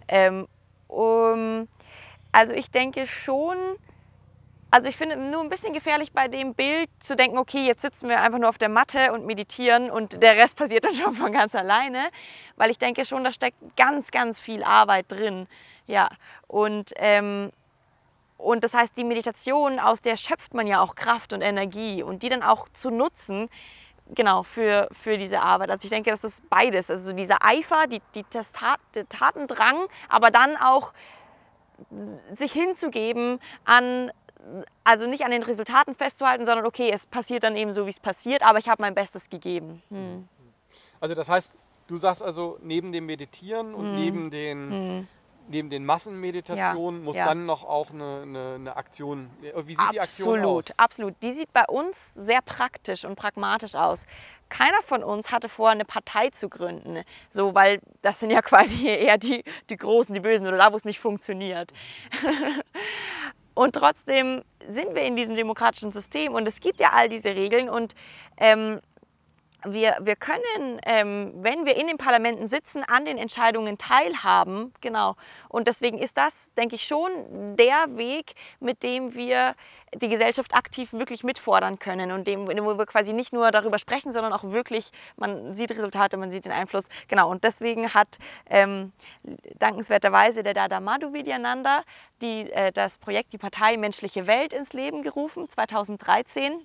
Also ich denke schon, also ich finde nur ein bisschen gefährlich bei dem Bild zu denken, okay, jetzt sitzen wir einfach nur auf der Matte und meditieren und der Rest passiert dann schon von ganz alleine, weil ich denke schon, da steckt ganz, ganz viel Arbeit drin. Ja, und das heißt, die Meditation, aus der schöpft man ja auch Kraft und Energie und die dann auch zu nutzen, genau, für diese Arbeit. Also ich denke, das ist beides. Also dieser Eifer, der Tatendrang, aber dann auch sich hinzugeben also nicht an den Resultaten festzuhalten, sondern okay, es passiert dann eben so, wie es passiert, aber ich habe mein Bestes gegeben. Also das heißt, du sagst also, neben dem Meditieren und neben den Massenmeditationen muss Ja. dann noch auch eine Aktion. Wie sieht die Aktion aus? Absolut. Die sieht bei uns sehr praktisch und pragmatisch aus. Keiner von uns hatte vor, eine Partei zu gründen, so, weil das sind ja quasi eher die Großen, die Bösen oder da, wo es nicht funktioniert. Und trotzdem sind wir in diesem demokratischen System und es gibt ja all diese Regeln und wir können, wenn wir in den Parlamenten sitzen, an den Entscheidungen teilhaben. Genau. Und deswegen ist das, denke ich, schon der Weg, mit dem wir die Gesellschaft aktiv wirklich mitfordern können und wo wir quasi nicht nur darüber sprechen, sondern auch wirklich, man sieht Resultate, man sieht den Einfluss. Genau. Und deswegen hat dankenswerterweise der Dada Madhu Vidyananda das Projekt Die Partei Menschliche Welt ins Leben gerufen, 2013.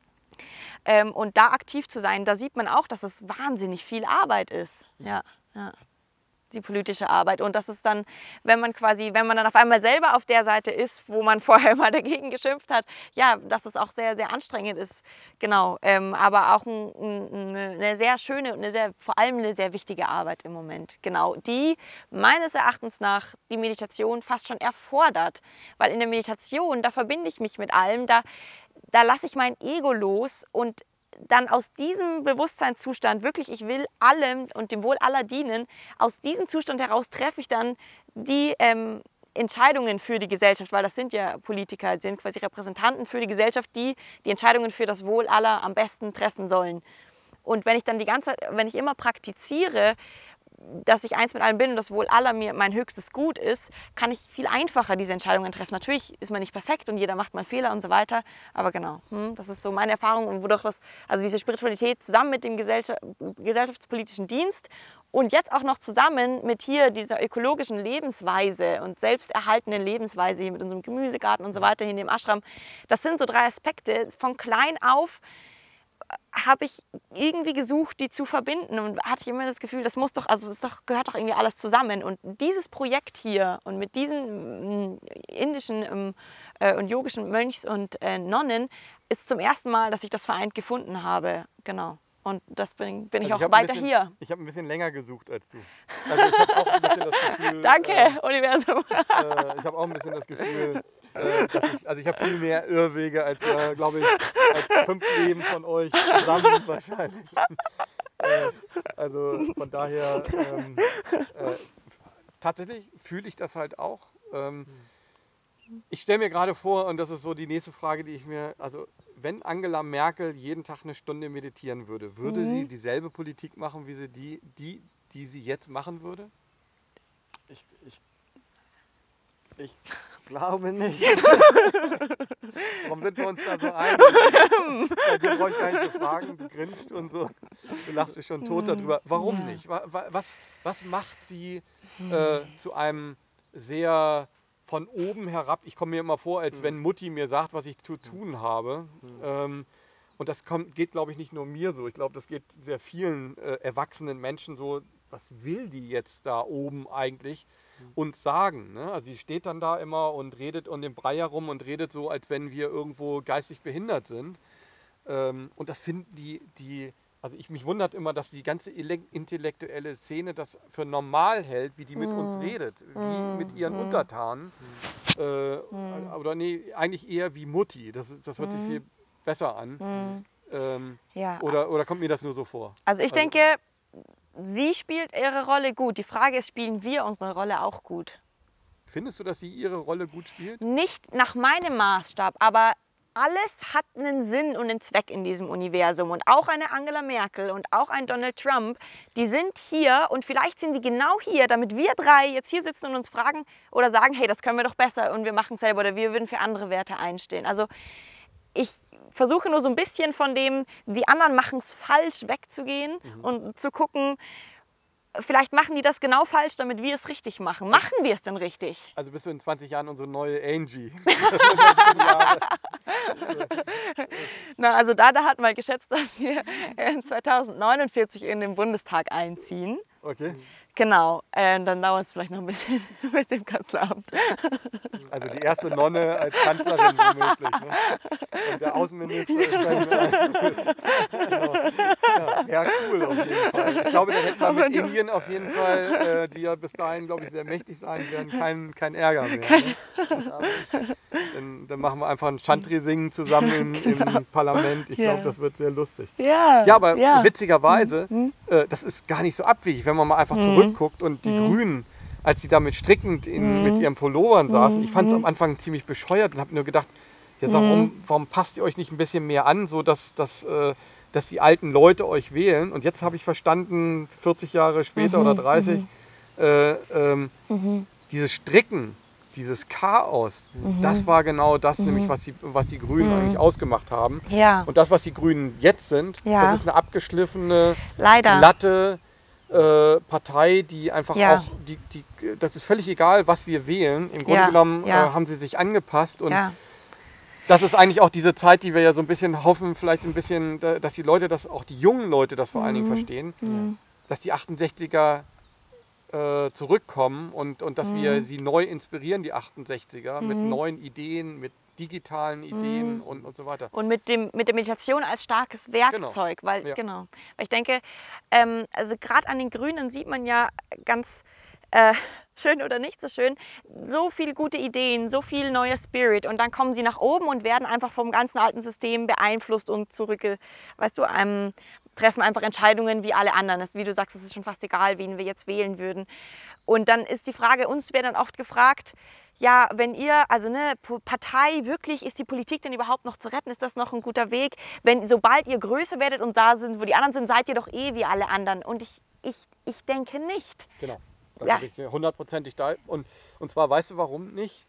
Und da aktiv zu sein, da sieht man auch, dass es wahnsinnig viel Arbeit ist. Ja. Die politische Arbeit. Und das ist dann, wenn man dann auf einmal selber auf der Seite ist, wo man vorher immer dagegen geschimpft hat, ja, dass es auch sehr, sehr anstrengend ist. Genau. Aber auch eine sehr schöne und vor allem eine sehr wichtige Arbeit im Moment. Genau. Die meines Erachtens nach die Meditation fast schon erfordert. Weil in der Meditation, da verbinde ich mich mit allem, da lasse ich mein Ego los und dann aus diesem Bewusstseinszustand, wirklich, ich will allem und dem Wohl aller dienen, aus diesem Zustand heraus treffe ich dann die Entscheidungen für die Gesellschaft, weil das sind ja Politiker, sind quasi Repräsentanten für die Gesellschaft, die Entscheidungen für das Wohl aller am besten treffen sollen. Und wenn ich dann wenn ich immer praktiziere, dass ich eins mit allem bin und das Wohl aller mir mein höchstes Gut ist, kann ich viel einfacher diese Entscheidungen treffen. Natürlich ist man nicht perfekt und jeder macht mal Fehler und so weiter, aber genau, das ist so meine Erfahrung und wodurch also diese Spiritualität zusammen mit dem gesellschaftspolitischen Dienst und jetzt auch noch zusammen mit hier dieser ökologischen Lebensweise und selbsterhaltenden Lebensweise hier mit unserem Gemüsegarten und so weiter hier in dem Ashram, das sind so 3 Aspekte von klein auf, habe ich irgendwie gesucht, die zu verbinden und hatte immer das Gefühl, das gehört doch irgendwie alles zusammen. Und dieses Projekt hier und mit diesen indischen und yogischen Mönchs und Nonnen ist zum ersten Mal, dass ich das vereint gefunden habe. Genau. Und das bin ich auch weiter hier. Ich habe ein bisschen länger gesucht als du. Also ich habe auch ein bisschen das Gefühl. Danke, Universum. Ich habe auch ein bisschen das Gefühl, ich habe viel mehr Irrwege als, glaube ich, als 5 Leben von euch zusammen wahrscheinlich. Also von daher, tatsächlich fühle ich das halt auch. Ich stelle mir gerade vor, und das ist so die nächste Frage, die ich mir, also wenn Angela Merkel jeden Tag eine Stunde meditieren würde, würde sie dieselbe Politik machen, wie sie die sie jetzt machen würde? Ich glaube nicht. Warum sind wir uns da so einig? Bei dir brauche ich gar nicht so fragen, du grinst und so. Du lachst dich schon tot darüber. Warum nicht? Was macht sie zu einem sehr von oben herab? Ich komme mir immer vor, als wenn Mutti mir sagt, was ich zu tun habe. Und das geht, glaube ich, nicht nur mir so. Ich glaube, das geht sehr vielen erwachsenen Menschen so. Was will die jetzt da oben eigentlich? uns sagen. Ne? Also sie steht dann da immer und redet um den Brei herum und redet so, als wenn wir irgendwo geistig behindert sind. Und das finden also mich wundert immer, dass die ganze intellektuelle Szene das für normal hält, wie die mit uns redet, wie mit ihren Untertanen. Oder nee, eigentlich eher wie Mutti. Das hört sich viel besser an. Ja. Oder kommt mir das nur so vor? Also ich denke, sie spielt ihre Rolle gut. Die Frage ist, spielen wir unsere Rolle auch gut? Findest du, dass sie ihre Rolle gut spielt? Nicht nach meinem Maßstab, aber alles hat einen Sinn und einen Zweck in diesem Universum. Und auch eine Angela Merkel und auch ein Donald Trump, die sind hier und vielleicht sind sie genau hier, damit wir drei jetzt hier sitzen und uns fragen oder sagen, hey, das können wir doch besser und wir machen es selber oder wir würden für andere Werte einstehen. Also ich versuche nur so ein bisschen von dem, die anderen machen es falsch, wegzugehen und zu gucken, vielleicht machen die das genau falsch, damit wir es richtig machen. Machen wir es denn richtig? Also bist du in 20 Jahren unsere neue Angie. Na, also Dada hat mal geschätzt, dass wir 2049 in den Bundestag einziehen. Okay. Genau, dann dauert es vielleicht noch ein bisschen mit dem Kanzleramt. Also die erste Nonne als Kanzlerin womöglich. Ne? Und der Außenminister ist dann... genau. Ja, cool auf jeden Fall. Ich glaube, da hätten wir mit Indien auf jeden Fall, die ja bis dahin, glaube ich, sehr mächtig sein werden, kein Ärger mehr. Ne? Dann machen wir einfach ein Chantry-Singen zusammen im Parlament. Ich glaube, das wird sehr lustig. Ja, aber witzigerweise, das ist gar nicht so abwegig, wenn man mal einfach zurückguckt und die Grünen, als sie da mit strickend mit ihren Pullovern saßen, ich fand es am Anfang ziemlich bescheuert und habe nur gedacht, ja, warum passt ihr euch nicht ein bisschen mehr an, so dass die alten Leute euch wählen? Und jetzt habe ich verstanden, 40 Jahre später oder 30, dieses Stricken, dieses Chaos, das war genau das, nämlich was die Grünen eigentlich ausgemacht haben. Ja. Und das, was die Grünen jetzt sind, das ist eine abgeschliffene, glatte Partei, die einfach auch, das ist völlig egal, was wir wählen. Im Grunde genommen haben sie sich angepasst und das ist eigentlich auch diese Zeit, die wir ja so ein bisschen hoffen, vielleicht ein bisschen, dass die Leute das, auch die jungen Leute das vor allen Dingen verstehen, dass die 68er zurückkommen und dass wir sie neu inspirieren, die 68er, mit neuen Ideen, mit digitalen Ideen und so weiter. Und mit der Meditation als starkes Werkzeug, weil ich denke, also gerade an den Grünen sieht man ja ganz schön oder nicht so schön, so viele gute Ideen, so viel neuer Spirit und dann kommen sie nach oben und werden einfach vom ganzen alten System beeinflusst und treffen einfach Entscheidungen wie alle anderen. Wie du sagst, es ist schon fast egal, wen wir jetzt wählen würden. Und dann ist die Frage, uns wird dann oft gefragt, ja, wenn ihr, also eine Partei, wirklich, ist die Politik denn überhaupt noch zu retten? Ist das noch ein guter Weg? Sobald ihr größer werdet und da sind, wo die anderen sind, seid ihr doch eh wie alle anderen. Und ich denke nicht. Genau, da bin ich 100%ig da. Und zwar, weißt du warum nicht?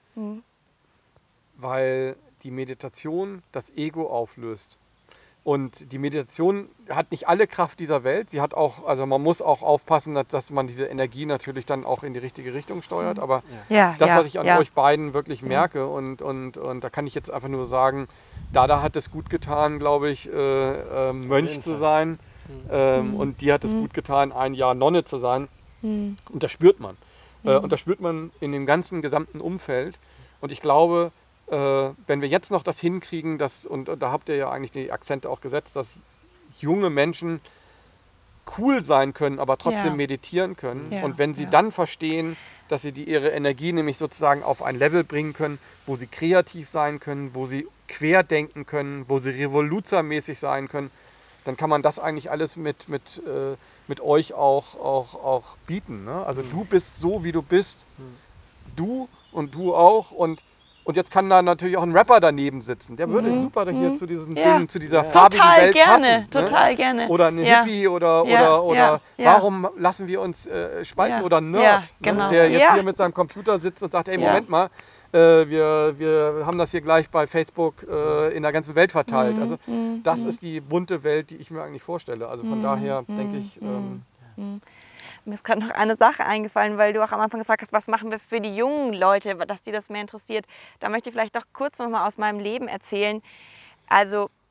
Weil die Meditation das Ego auflöst. Und die Meditation hat nicht alle Kraft dieser Welt. Sie hat auch, also man muss auch aufpassen, dass man diese Energie natürlich dann auch in die richtige Richtung steuert. Aber was ich an euch beiden wirklich merke und da kann ich jetzt einfach nur sagen, Dada hat es gut getan, glaube ich, Mönch zu sein. Und dir hat es gut getan, ein Jahr Nonne zu sein. Und das spürt man. Und das spürt man in dem ganzen gesamten Umfeld. Und ich glaube, wenn wir jetzt noch das hinkriegen, und da habt ihr ja eigentlich die Akzente auch gesetzt, dass junge Menschen cool sein können, aber trotzdem meditieren können. Und wenn sie dann verstehen, dass sie ihre Energie nämlich sozusagen auf ein Level bringen können, wo sie kreativ sein können, wo sie querdenken können, wo sie revoluzermäßig sein können, dann kann man das eigentlich alles mit euch auch bieten. Ne? Also du bist so, wie du bist, du und du auch und jetzt kann da natürlich auch ein Rapper daneben sitzen. Der würde super hier zu diesem Ding, zu dieser farbigen Welt passen. Total gerne. Oder eine Hippie oder warum lassen wir uns spalten oder Nerd, der jetzt hier mit seinem Computer sitzt und sagt, ey, Moment mal, wir haben das hier gleich bei Facebook in der ganzen Welt verteilt. Also das ist die bunte Welt, die ich mir eigentlich vorstelle. Also von daher denke ich... Mir ist gerade noch eine Sache eingefallen, weil du auch am Anfang gefragt hast, was machen wir für die jungen Leute, dass die das mehr interessiert. Da möchte ich vielleicht doch kurz noch mal aus meinem Leben erzählen. Also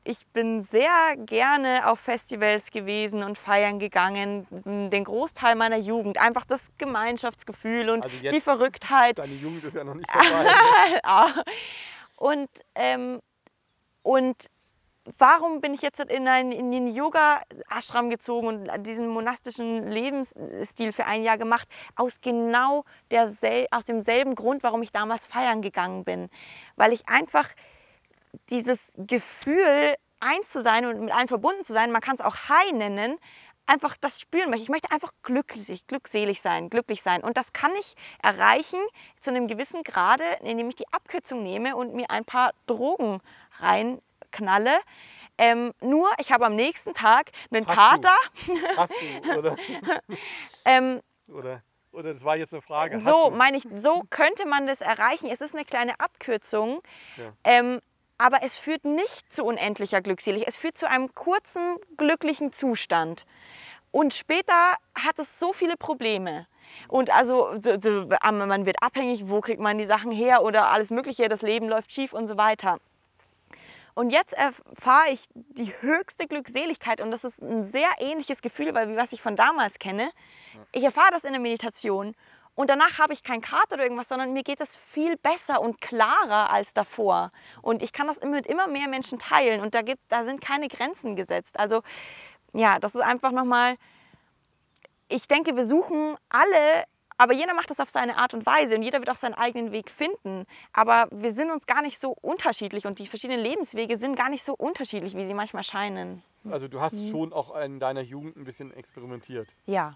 ich bin sehr gerne auf Festivals gewesen und feiern gegangen, den Großteil meiner Jugend. Einfach das Gemeinschaftsgefühl und Also die jetzt, Verrücktheit. deine Jugend ist ja noch nicht vorbei. Ne? Ja. Und, und warum bin ich jetzt in den Yoga-Ashram gezogen und diesen monastischen Lebensstil für ein Jahr gemacht? Aus genau aus demselben Grund, warum ich damals feiern gegangen bin. Weil ich einfach dieses Gefühl, eins zu sein und mit allen verbunden zu sein, man kann es auch High nennen, einfach das spüren möchte. Ich möchte einfach glückselig sein, glücklich sein. Und das kann ich erreichen zu einem gewissen Grade, indem ich die Abkürzung nehme und mir ein paar Drogen reinknalle. Nur, ich habe am nächsten Tag einen Kater. Hast du, oder? Ähm, Oder das war jetzt eine Frage. Hast so du? meine ich, so könnte man das erreichen. Es ist eine kleine Abkürzung. Ja. Aber es führt nicht zu unendlicher Glückseligkeit. Es führt zu einem kurzen, glücklichen Zustand. Und später hat es so viele Probleme. Und also man wird abhängig, wo kriegt man die Sachen her oder alles Mögliche, das Leben läuft schief und so weiter. Und jetzt erfahre ich die höchste Glückseligkeit und das ist ein sehr ähnliches Gefühl, weil wie was ich von damals kenne. Ich erfahre das in der Meditation und danach habe ich keinen Kater oder irgendwas, sondern mir geht es viel besser und klarer als davor. Und ich kann das mit immer mehr Menschen teilen und da sind keine Grenzen gesetzt. Also ja, das ist einfach nochmal, ich denke, wir suchen alle, aber jeder macht das auf seine Art und Weise und jeder wird auch seinen eigenen Weg finden. Aber wir sind uns gar nicht so unterschiedlich und die verschiedenen Lebenswege sind gar nicht so unterschiedlich, wie sie manchmal scheinen. Also du hast schon auch in deiner Jugend ein bisschen experimentiert. Ja.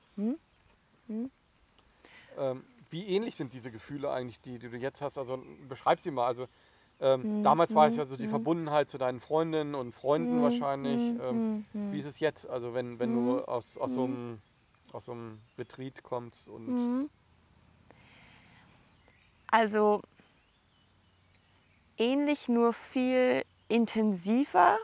Wie ähnlich sind diese Gefühle eigentlich, die du jetzt hast? Also beschreib sie mal. Also damals war es ja so die Verbundenheit zu deinen Freundinnen und Freunden wahrscheinlich. Wie ist es jetzt? Also wenn du aus so einem Retreat kommst und Also ähnlich, nur viel intensiver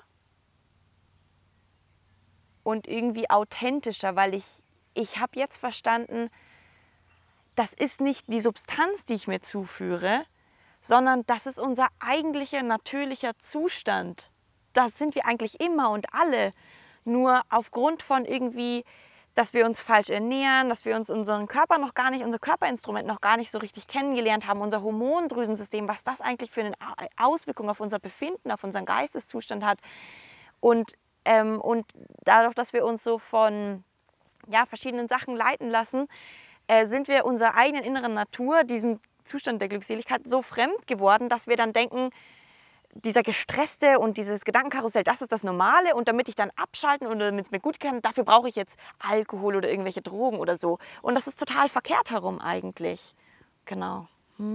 und irgendwie authentischer, weil ich habe jetzt verstanden, das ist nicht die Substanz, die ich mir zuführe, sondern das ist unser eigentlicher, natürlicher Zustand. Das sind wir eigentlich immer und alle. Nur aufgrund von irgendwie, dass wir uns falsch ernähren, dass wir uns unseren Körper noch gar nicht, unser Körperinstrument noch gar nicht so richtig kennengelernt haben, unser Hormondrüsensystem, was das eigentlich für eine Auswirkung auf unser Befinden, auf unseren Geisteszustand hat. Und dadurch, dass wir uns so von verschiedenen Sachen leiten lassen, sind wir unserer eigenen inneren Natur, diesem Zustand der Glückseligkeit, so fremd geworden, dass wir dann denken, dieser gestresste und dieses Gedankenkarussell, das ist das Normale und damit ich dann abschalten und damit es mir gut kann, dafür brauche ich jetzt Alkohol oder irgendwelche Drogen oder so. Und das ist total verkehrt herum eigentlich. Genau.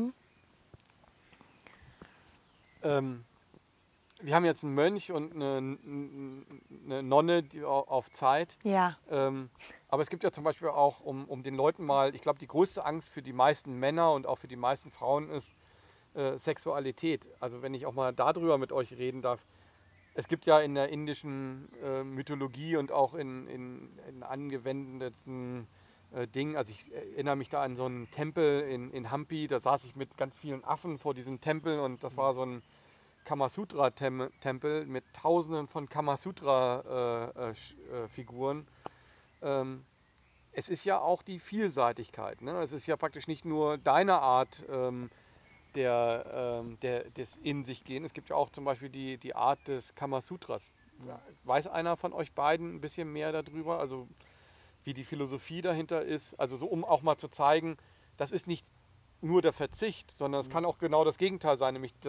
wir haben jetzt einen Mönch und eine Nonne auf Zeit. Ja. Aber es gibt ja zum Beispiel auch, um den Leuten mal, ich glaube, die größte Angst für die meisten Männer und auch für die meisten Frauen ist Sexualität. Also wenn ich auch mal darüber mit euch reden darf. Es gibt ja in der indischen Mythologie und auch in angewendeten Dingen, also ich erinnere mich da an so einen Tempel in Hampi, da saß ich mit ganz vielen Affen vor diesem Tempel und das war so ein Kamasutra-Tempel mit tausenden von Kamasutra-Figuren. Es ist ja auch die Vielseitigkeit. Ne? Es ist ja praktisch nicht nur deine Art des In sich gehen. Es gibt ja auch zum Beispiel die Art des Kamasutras. Weiß einer von euch beiden ein bisschen mehr darüber? Also wie die Philosophie dahinter ist? Also so, um auch mal zu zeigen, das ist nicht nur der Verzicht, sondern es kann auch genau das Gegenteil sein, nämlich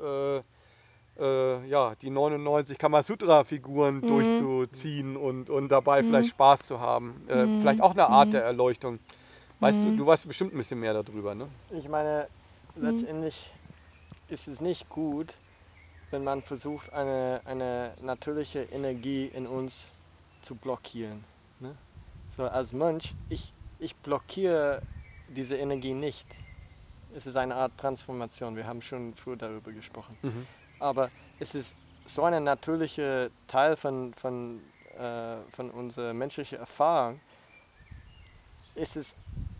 die 99 Kamasutra-Figuren durchzuziehen und dabei vielleicht Spaß zu haben. Vielleicht auch eine Art der Erleuchtung. Weißt du weißt bestimmt ein bisschen mehr darüber, ne? Ich meine, letztendlich ist es nicht gut, wenn man versucht, eine natürliche Energie in uns zu blockieren. Ne? So als Mönch, ich blockiere diese Energie nicht. Es ist eine Art Transformation, wir haben schon früher darüber gesprochen. Aber es ist so ein natürlicher Teil von unserer menschlichen Erfahrung. Es ist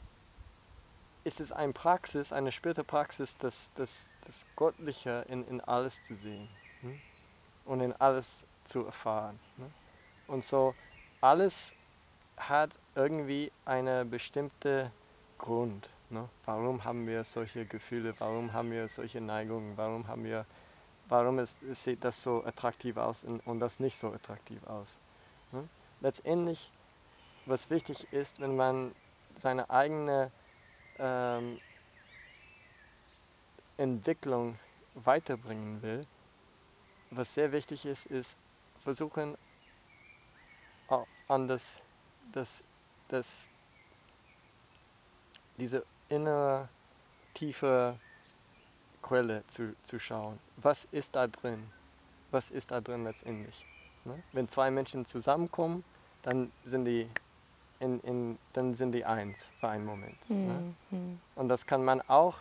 eine Praxis, eine spirituelle Praxis, das Göttliche in alles zu sehen. Und in alles zu erfahren. Ne? Und so alles hat irgendwie eine bestimmte Grund. Ne? Warum haben wir solche Gefühle? Warum haben wir solche Neigungen? Warum sieht das so attraktiv aus und das nicht so attraktiv aus? Ne? Letztendlich, was wichtig ist, wenn man seine eigene Entwicklung weiterbringen will, was sehr wichtig ist, ist versuchen, an das, diese innere, tiefe Quelle zu schauen. Was ist da drin? Was ist da drin letztendlich? Ne? Wenn zwei Menschen zusammenkommen, dann sind die dann sind die eins für einen Moment. Ne? Und das kann man auch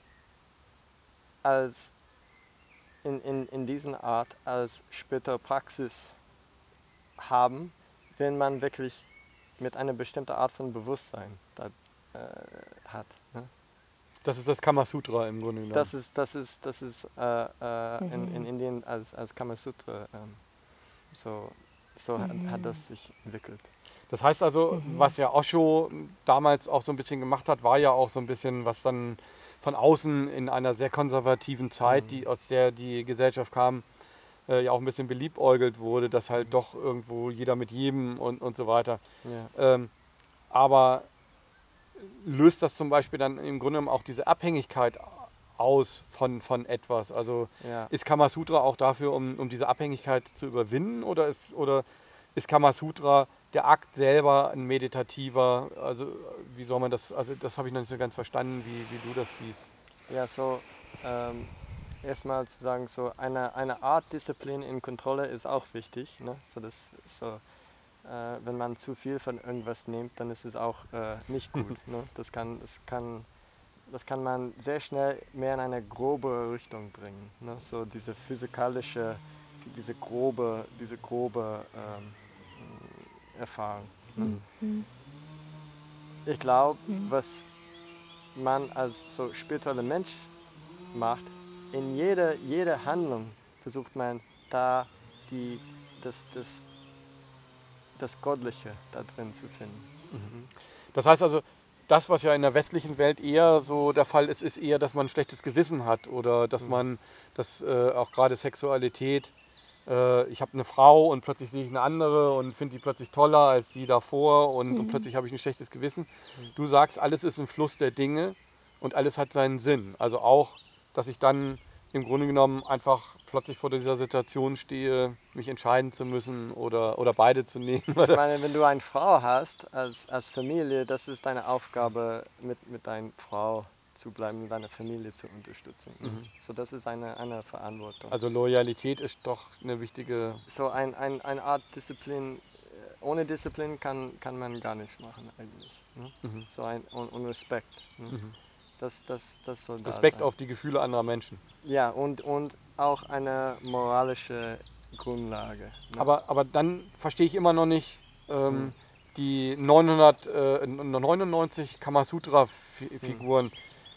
als in dieser Art als später Praxis haben, wenn man wirklich mit einer bestimmten Art von Bewusstsein hat. Ne? Das ist das Kamasutra im Grunde genommen. Das ist in Indien als Kamasutra so hat das sich entwickelt. Das heißt also, was ja Osho damals auch so ein bisschen gemacht hat, war ja auch so ein bisschen, was dann von außen in einer sehr konservativen Zeit, aus der die Gesellschaft kam, ja auch ein bisschen beliebäugelt wurde, dass halt doch irgendwo jeder mit jedem und so weiter. Ja. Aber löst das zum Beispiel dann im Grunde genommen auch diese Abhängigkeit aus von etwas? Also Ja. ist Kamasutra auch dafür, um diese Abhängigkeit zu überwinden, oder ist Kamasutra der Akt selber ein meditativer, also wie soll man das, also das habe ich noch nicht so ganz verstanden, wie du das siehst. Ja, so erstmal zu sagen, so eine Art Disziplin in Kontrolle ist auch wichtig. Ne? Wenn man zu viel von irgendwas nimmt, dann ist es auch nicht gut. Ne? Das kann man sehr schnell mehr in eine grobe Richtung bringen. Ne? So diese physikalische, diese grobe Erfahrung. Ne? Ich glaube, was man als so spiritueller Mensch macht, in jeder Handlung versucht man da das Göttliche da drin zu finden. Das heißt also, das, was ja in der westlichen Welt eher so der Fall ist, ist eher, dass man ein schlechtes Gewissen hat oder dass man, dass auch gerade Sexualität, ich habe eine Frau und plötzlich sehe ich eine andere und finde die plötzlich toller als die davor und plötzlich habe ich ein schlechtes Gewissen. Du sagst, alles ist ein Fluss der Dinge und alles hat seinen Sinn. Also auch, dass ich dann im Grunde genommen einfach plötzlich vor dieser Situation stehe, mich entscheiden zu müssen oder beide zu nehmen. Ich meine, wenn du eine Frau hast als Familie, das ist deine Aufgabe, mit deiner Frau zu bleiben, deine Familie zu unterstützen. So, das ist eine Verantwortung. Also Loyalität ist doch eine wichtige... So eine Art Disziplin, ohne Disziplin kann man gar nichts machen eigentlich. Ne? So und Respekt. Ne? Das soll da Respekt sein. auf die Gefühle anderer Menschen. Ja, und auch eine moralische Grundlage. Ne? Aber dann verstehe ich immer noch nicht die 999 Kamasutra-Figuren.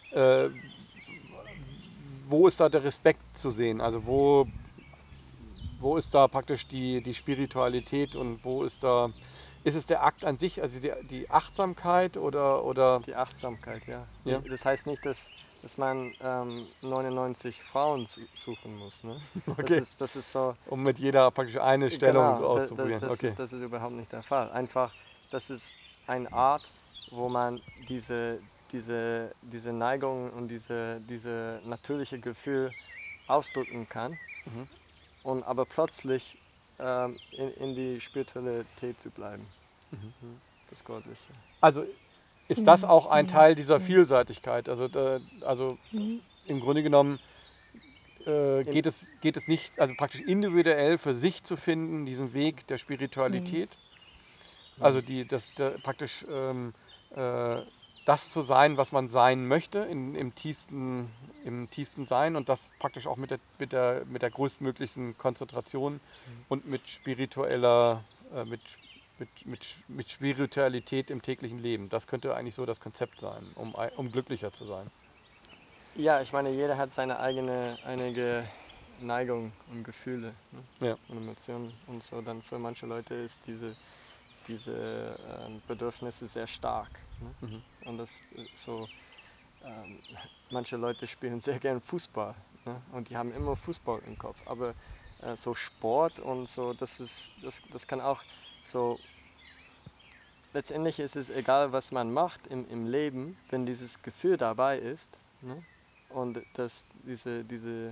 Wo ist da der Respekt zu sehen? Also wo ist da praktisch die Spiritualität und wo ist da... Ist es der Akt an sich, also die Achtsamkeit oder... Die Achtsamkeit, ja. Ja. Das heißt nicht, dass man 99 Frauen suchen muss. Ne? Okay. Das ist so. Um mit jeder praktisch eine Stellung Genau, auszuprobieren. das Okay. ist überhaupt nicht der Fall. Einfach, das ist eine Art, wo man diese Neigung und diese natürliche Gefühl ausdrücken kann und aber plötzlich in die Spiritualität zu bleiben. Das Göttliche. Also ist das auch ein Teil dieser Vielseitigkeit? Also im Grunde genommen geht es nicht, also praktisch individuell für sich zu finden, diesen Weg der Spiritualität. Also praktisch das zu sein, was man sein möchte, im tiefsten Sein und das praktisch auch mit der größtmöglichen Konzentration und mit spiritueller, mit Spiritualität im täglichen Leben. Das könnte eigentlich so das Konzept sein, um glücklicher zu sein. Ja, ich meine, jeder hat seine Neigung und Gefühle, ne? Ja. Und Emotionen und so. Dann für manche Leute ist diese Bedürfnisse sehr stark. Ne? Mhm. Und das so, manche Leute spielen sehr gern Fußball, ne? Und die haben immer Fußball im Kopf. Aber so Sport und so, das kann auch so, letztendlich ist es egal, was man macht im Leben, wenn dieses Gefühl dabei ist, ne? Und dass diese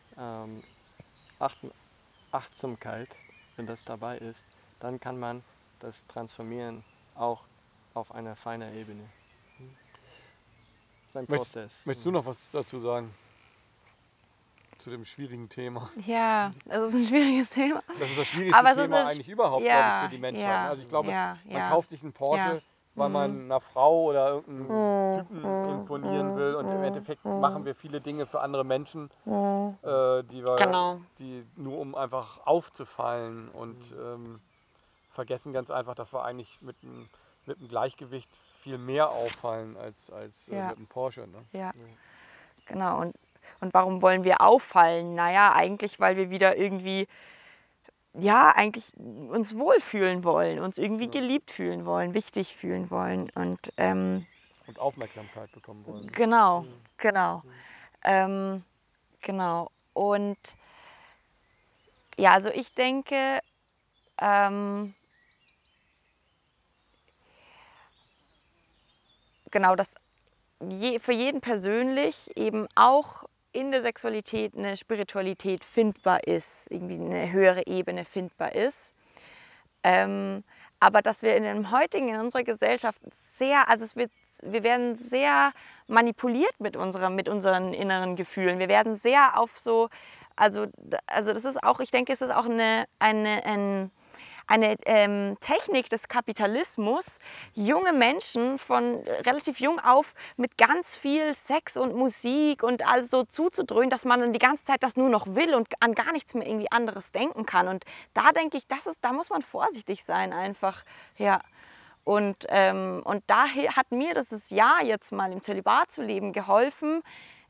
Achtsamkeit, wenn das dabei ist, dann kann man das transformieren, auch auf einer feinen Ebene. Das ist ein Prozess. Möchtest du noch was dazu sagen? Zu dem schwierigen Thema. Ja, das ist ein schwieriges Thema. Das ist das schwierigste Aber es ist Thema ein eigentlich überhaupt, ja, glaube ich, für die Menschheit. ja, Also ich glaube, ja, man ja. kauft sich einen Porsche, Ja. weil man einer Frau oder irgendeinem Typen imponieren will. Und im Endeffekt machen wir viele Dinge für andere Menschen, Genau. die nur um einfach aufzufallen und vergessen ganz einfach, dass wir eigentlich mit einem Gleichgewicht viel mehr auffallen als Ja. mit einem Porsche. Ne? Ja, genau. Und warum wollen wir auffallen? Naja, eigentlich, weil wir wieder irgendwie, ja, eigentlich uns wohlfühlen wollen, uns irgendwie geliebt fühlen wollen, wichtig fühlen wollen. Und Und Aufmerksamkeit bekommen wollen. genau, genau. Genau. Und ja, also ich denke, genau, dass für jeden persönlich eben auch in der Sexualität eine Spiritualität findbar ist, irgendwie eine höhere Ebene findbar ist. Aber dass wir in unserer Gesellschaft wir werden sehr manipuliert mit unseren inneren Gefühlen. Wir werden sehr auf so, also das ist auch, ich denke, es ist auch eine Technik des Kapitalismus, junge Menschen von relativ jung auf mit ganz viel Sex und Musik und alles so zuzudröhnen, dass man dann die ganze Zeit das nur noch will und an gar nichts mehr irgendwie anderes denken kann. Und da denke ich, da muss man vorsichtig sein einfach. Ja. Und daher hat mir das Jahr jetzt mal im Zölibat zu leben geholfen,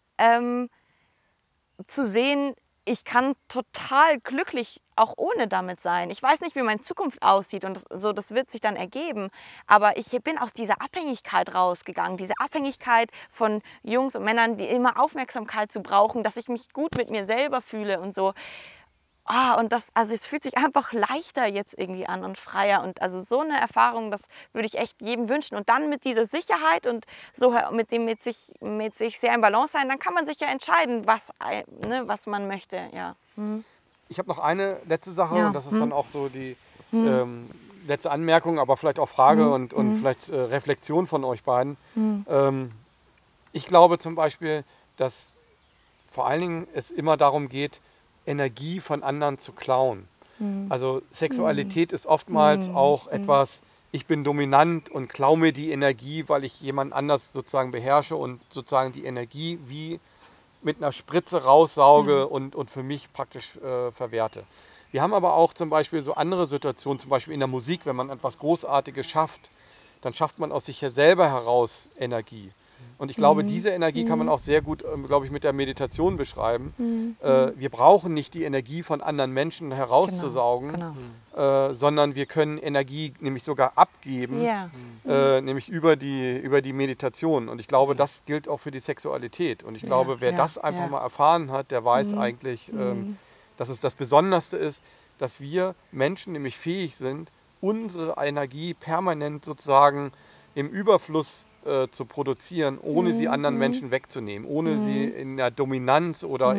zu sehen, ich kann total glücklich auch ohne damit sein. Ich weiß nicht, wie meine Zukunft aussieht und das wird sich dann ergeben. Aber ich bin aus dieser Abhängigkeit rausgegangen, diese Abhängigkeit von Jungs und Männern, die immer Aufmerksamkeit zu brauchen, dass ich mich gut mit mir selber fühle und so. Und also es fühlt sich einfach leichter jetzt irgendwie an und freier. Und also so eine Erfahrung, das würde ich echt jedem wünschen. Und dann mit dieser Sicherheit und so mit sich sehr im Balance sein, dann kann man sich ja entscheiden, was man möchte. Ja. Ich habe noch eine letzte Sache Ja. und das ist dann auch so die letzte Anmerkung, aber vielleicht auch Frage und vielleicht Reflexion von euch beiden. Ich glaube zum Beispiel, dass vor allen Dingen es immer darum geht, Energie von anderen zu klauen. Also Sexualität ist oftmals auch etwas, ich bin dominant und klaue mir die Energie, weil ich jemand anders sozusagen beherrsche und sozusagen die Energie wie mit einer Spritze raussauge und für mich praktisch verwerte. Wir haben aber auch zum Beispiel so andere Situationen, zum Beispiel in der Musik, wenn man etwas Großartiges schafft, dann schafft man aus sich selber heraus Energie. Und ich glaube, diese Energie kann man auch sehr gut, glaube ich, mit der Meditation beschreiben. Wir brauchen nicht die Energie von anderen Menschen herauszusaugen, sondern wir können Energie nämlich sogar abgeben, nämlich über die Meditation. Und ich glaube, das gilt auch für die Sexualität. Und ich glaube, wer das einfach mal erfahren hat, der weiß eigentlich, dass es das Besonderste ist, dass wir Menschen nämlich fähig sind, unsere Energie permanent sozusagen im Überfluss zu produzieren, ohne sie anderen Menschen wegzunehmen, ohne sie in der Dominanz oder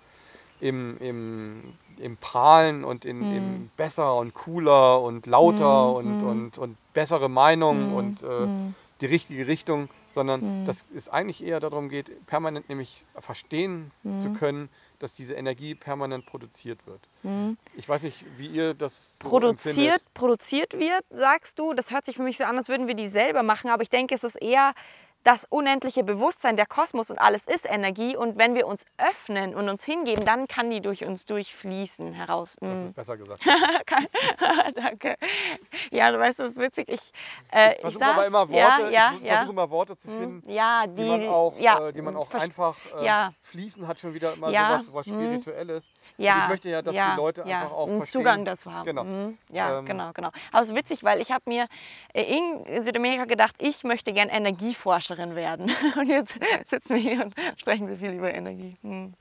im Prahlen und im besser und cooler und lauter und bessere Meinung und die richtige Richtung, sondern dass es eigentlich eher darum geht, permanent nämlich verstehen zu können, dass diese Energie permanent produziert wird. Ich weiß nicht, wie ihr das so empfindet. Produziert wird, sagst du. Das hört sich für mich so an, als würden wir die selber machen. Aber ich denke, es ist eher das unendliche Bewusstsein, der Kosmos und alles ist Energie. Und wenn wir uns öffnen und uns hingeben, dann kann die durch uns durchfließen heraus. Das ist besser gesagt. Danke. Ja, du weißt, das ist witzig. Ich versuche saß, aber immer Worte, ich versuche immer Worte zu finden, ja, die man auch einfach, ja, fließen hat schon wieder immer ja, sowas Spirituelles. Und ich ja, möchte ja, dass die Leute einfach auch einen verstehen. Zugang dazu haben. Genau. Ja, genau. Aber es ist witzig, weil ich habe mir in Südamerika gedacht, ich möchte gern Energieforscherin werden. Und jetzt sitzen wir hier und sprechen so viel über Energie.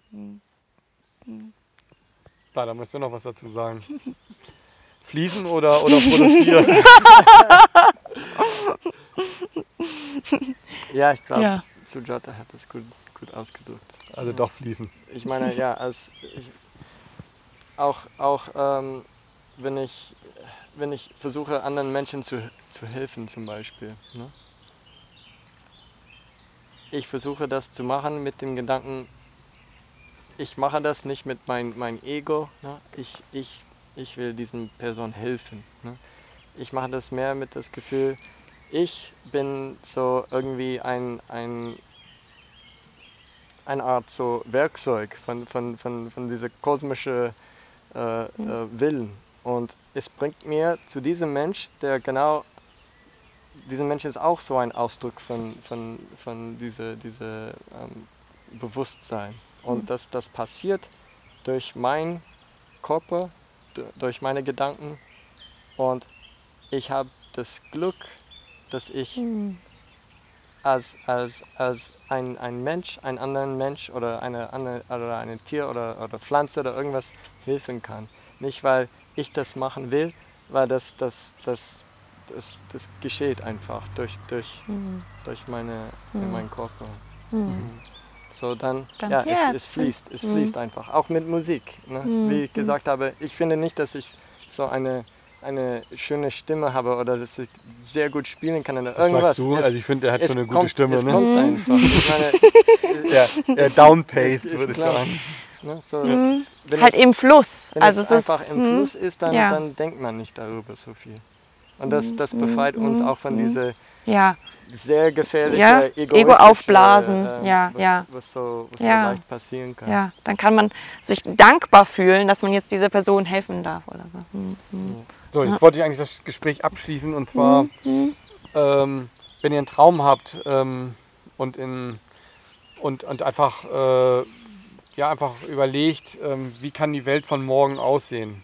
Da musst du noch was dazu sagen. Fließen oder produzieren? Ja, ich glaube, Ja. Sujata hat das gut ausgedrückt. Also doch fließen. Ich meine, ja, wenn ich versuche, anderen Menschen zu helfen zum Beispiel. Ne? Ich versuche das zu machen mit dem Gedanken, ich mache das nicht mit mein Ego. Ne? Ich will diesen Person helfen. Ne? Ich mache das mehr mit das Gefühl, ich bin so irgendwie eine Art so Werkzeug von dieser kosmischen Willen. Und es bringt mir zu diesem Mensch, dieser Mensch ist auch so ein Ausdruck von diese Bewusstsein. Und das passiert durch meinen Körper, durch meine Gedanken. Und ich habe das Glück, dass ich als ein Mensch, einen anderen Mensch oder eine Tier oder Pflanze oder irgendwas helfen kann. Nicht, weil ich das machen will, weil das geschieht einfach durch meinen Körper. So dann ja, es fließt einfach, auch mit Musik. Ne? Wie ich gesagt habe, ich finde nicht, dass ich so eine schöne Stimme habe oder dass ich sehr gut spielen kann oder irgendwas. Sagst du? Also ich finde, er hat schon eine gute Stimme. Es kommt einfach. Ich meine, downpaced, würde ich sagen. Ne? So, Halt im Fluss. Wenn Also es einfach im Fluss ist, ja. dann denkt man nicht darüber so viel. Und das befreit uns auch von dieser sehr gefährlichen Ego aufblasen, was so leicht passieren kann. Ja, dann kann man sich dankbar fühlen, dass man jetzt dieser Person helfen darf oder so. So, jetzt wollte ich eigentlich das Gespräch abschließen und zwar, wenn ihr einen Traum habt und einfach einfach überlegt, wie kann die Welt von morgen aussehen,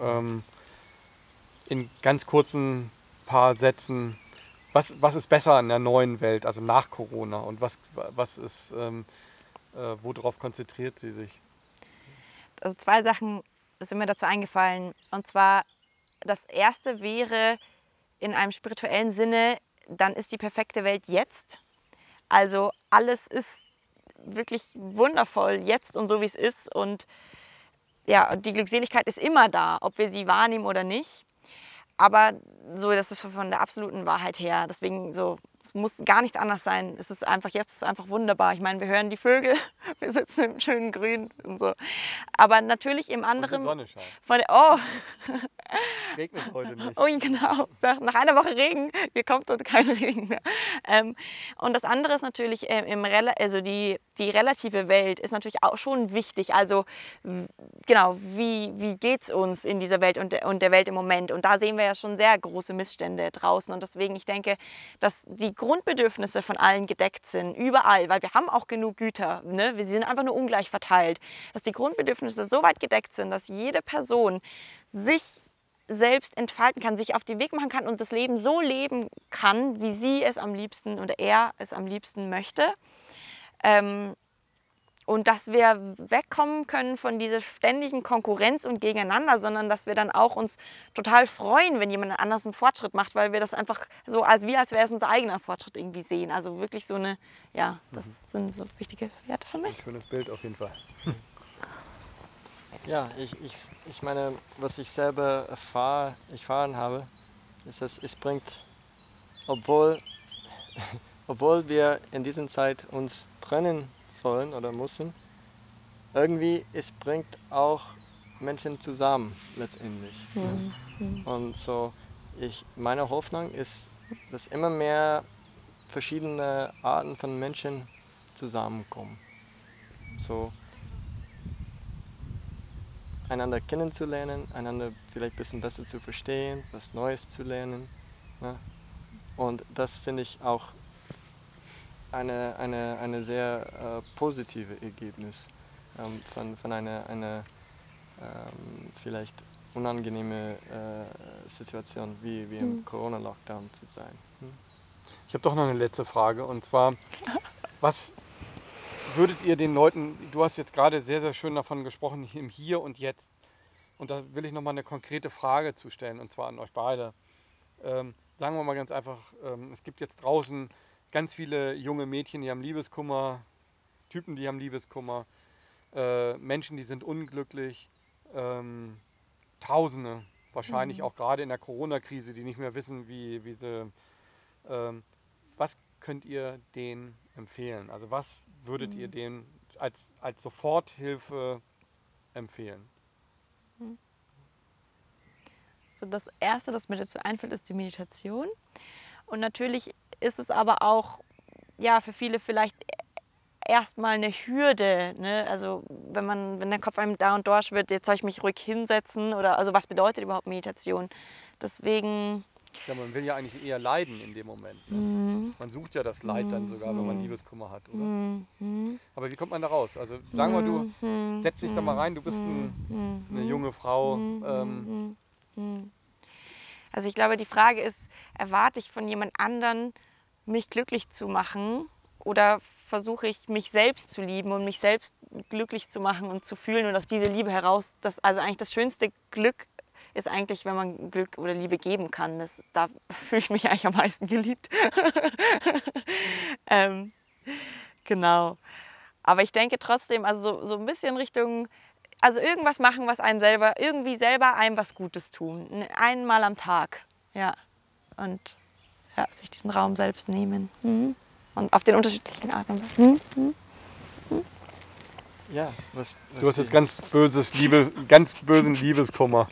in ganz kurzen paar Sätzen. Was ist besser in der neuen Welt, also nach Corona, und was ist, worauf konzentriert sie sich? Also 2 Sachen sind mir dazu eingefallen. Und zwar, das erste wäre in einem spirituellen Sinne, dann ist die perfekte Welt jetzt. Also alles ist wirklich wundervoll jetzt und so wie es ist. Und ja, die Glückseligkeit ist immer da, ob wir sie wahrnehmen oder nicht. Aber so, das ist von der absoluten Wahrheit her. Deswegen so, es muss gar nichts anders sein. Es ist einfach jetzt einfach wunderbar. Ich meine, wir hören die Vögel, wir sitzen im schönen Grün und so. Aber natürlich im anderen. Und die Sonne scheint. Oh, Es regnet heute nicht. oh, genau. Nach einer Woche Regen, hier kommt dort kein Regen mehr. Und das andere ist natürlich, also die relative Welt ist natürlich auch schon wichtig. Also genau, wie geht es uns in dieser Welt und der Welt im Moment? Und da sehen wir ja schon sehr große Missstände draußen. Und deswegen, ich denke, dass die Grundbedürfnisse von allen gedeckt sind, überall, weil wir haben auch genug Güter. Ne? Wir sind einfach nur ungleich verteilt. Dass die Grundbedürfnisse so weit gedeckt sind, dass jede Person sich selbst entfalten kann, sich auf den Weg machen kann und das Leben so leben kann, wie sie es am liebsten oder er es am liebsten möchte. Und dass wir wegkommen können von dieser ständigen Konkurrenz und Gegeneinander, sondern dass wir dann auch uns total freuen, wenn jemand anders einen Fortschritt macht, weil wir das einfach so als wäre es unser eigener Fortschritt irgendwie sehen. Also wirklich so eine, ja, das sind so wichtige Werte für mich. Ein schönes Bild auf jeden Fall. Ja, ich meine, was ich selber erfahren habe, ist, dass es bringt, obwohl wir in dieser Zeit uns trennen sollen oder müssen, irgendwie, es bringt auch Menschen zusammen letztendlich. Und so, meine Hoffnung ist, dass immer mehr verschiedene Arten von Menschen zusammenkommen. So, einander kennenzulernen, einander vielleicht ein bisschen besser zu verstehen, was Neues zu lernen. Ne? Und das finde ich auch eine sehr positive Ergebnis von einer vielleicht unangenehme Situation wie im Corona-Lockdown zu sein. Ich habe doch noch eine letzte Frage, und zwar, was würdet ihr den Leuten, du hast jetzt gerade sehr, sehr schön davon gesprochen, im Hier und Jetzt, und da will ich nochmal eine konkrete Frage zu stellen, und zwar an euch beide. Sagen wir mal ganz einfach, es gibt jetzt draußen ganz viele junge Mädchen, die haben Liebeskummer, Typen, die haben Liebeskummer, Menschen, die sind unglücklich, Tausende, wahrscheinlich auch gerade in der Corona-Krise, die nicht mehr wissen, wie sie... was könnt ihr denen empfehlen? Also was würdet ihr denen als Soforthilfe empfehlen? So, das Erste, das mir dazu einfällt, ist die Meditation. Und natürlich ist es aber auch ja, für viele vielleicht erstmal eine Hürde. Ne? Also wenn der Kopf einem da und durch wird, jetzt soll ich mich ruhig hinsetzen oder also was bedeutet überhaupt Meditation? Deswegen. Ja, man will ja eigentlich eher leiden in dem Moment. Ne? Man sucht ja das Leid dann sogar, wenn man Liebeskummer hat, oder? Aber wie kommt man da raus? Also sagen wir, du setzt dich da mal rein, du bist eine junge Frau. Also ich glaube, die Frage ist, erwarte ich von jemand anderen, mich glücklich zu machen, oder versuche ich, mich selbst zu lieben und mich selbst glücklich zu machen und zu fühlen und aus dieser Liebe heraus, also eigentlich das schönste Glück ist eigentlich, wenn man Glück oder Liebe geben kann. Da fühle ich mich eigentlich am meisten geliebt. Genau. Aber ich denke trotzdem, also so ein bisschen Richtung, also irgendwas machen, was einem irgendwie selber einem was Gutes tun. Einmal am Tag. Ja. Und ja, sich diesen Raum selbst nehmen. Und auf den unterschiedlichen Arten. Ja, Du hast jetzt ganz bösen Liebeskummer.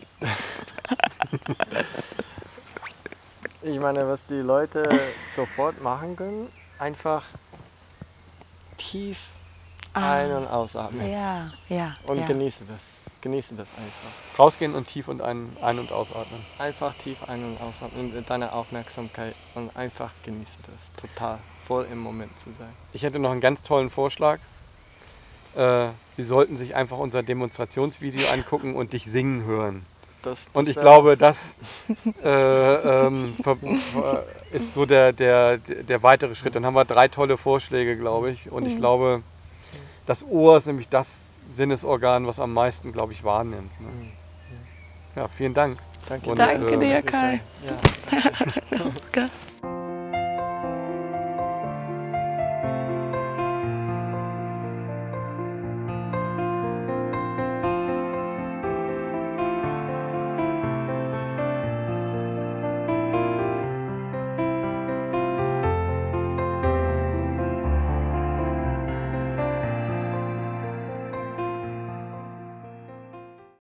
Ich meine, was die Leute sofort machen können, einfach tief ein- und ausatmen. Ja. Und genieße das. Genieße das einfach. Rausgehen und tief und ein- und ausatmen. Einfach tief ein- und ausatmen mit deiner Aufmerksamkeit und einfach genieße das. Total voll im Moment zu sein. Ich hätte noch einen ganz tollen Vorschlag. Sie sollten sich einfach unser Demonstrationsvideo angucken und dich singen hören. Und ich glaube, das ist so der weitere Schritt. Dann haben wir 3 tolle Vorschläge, glaube ich. Und ich glaube, das Ohr ist nämlich das Sinnesorgan, was am meisten, glaube ich, wahrnimmt. Ne? Ja, vielen Dank. Danke, Und, Danke dir, Kai. Ja. Danke.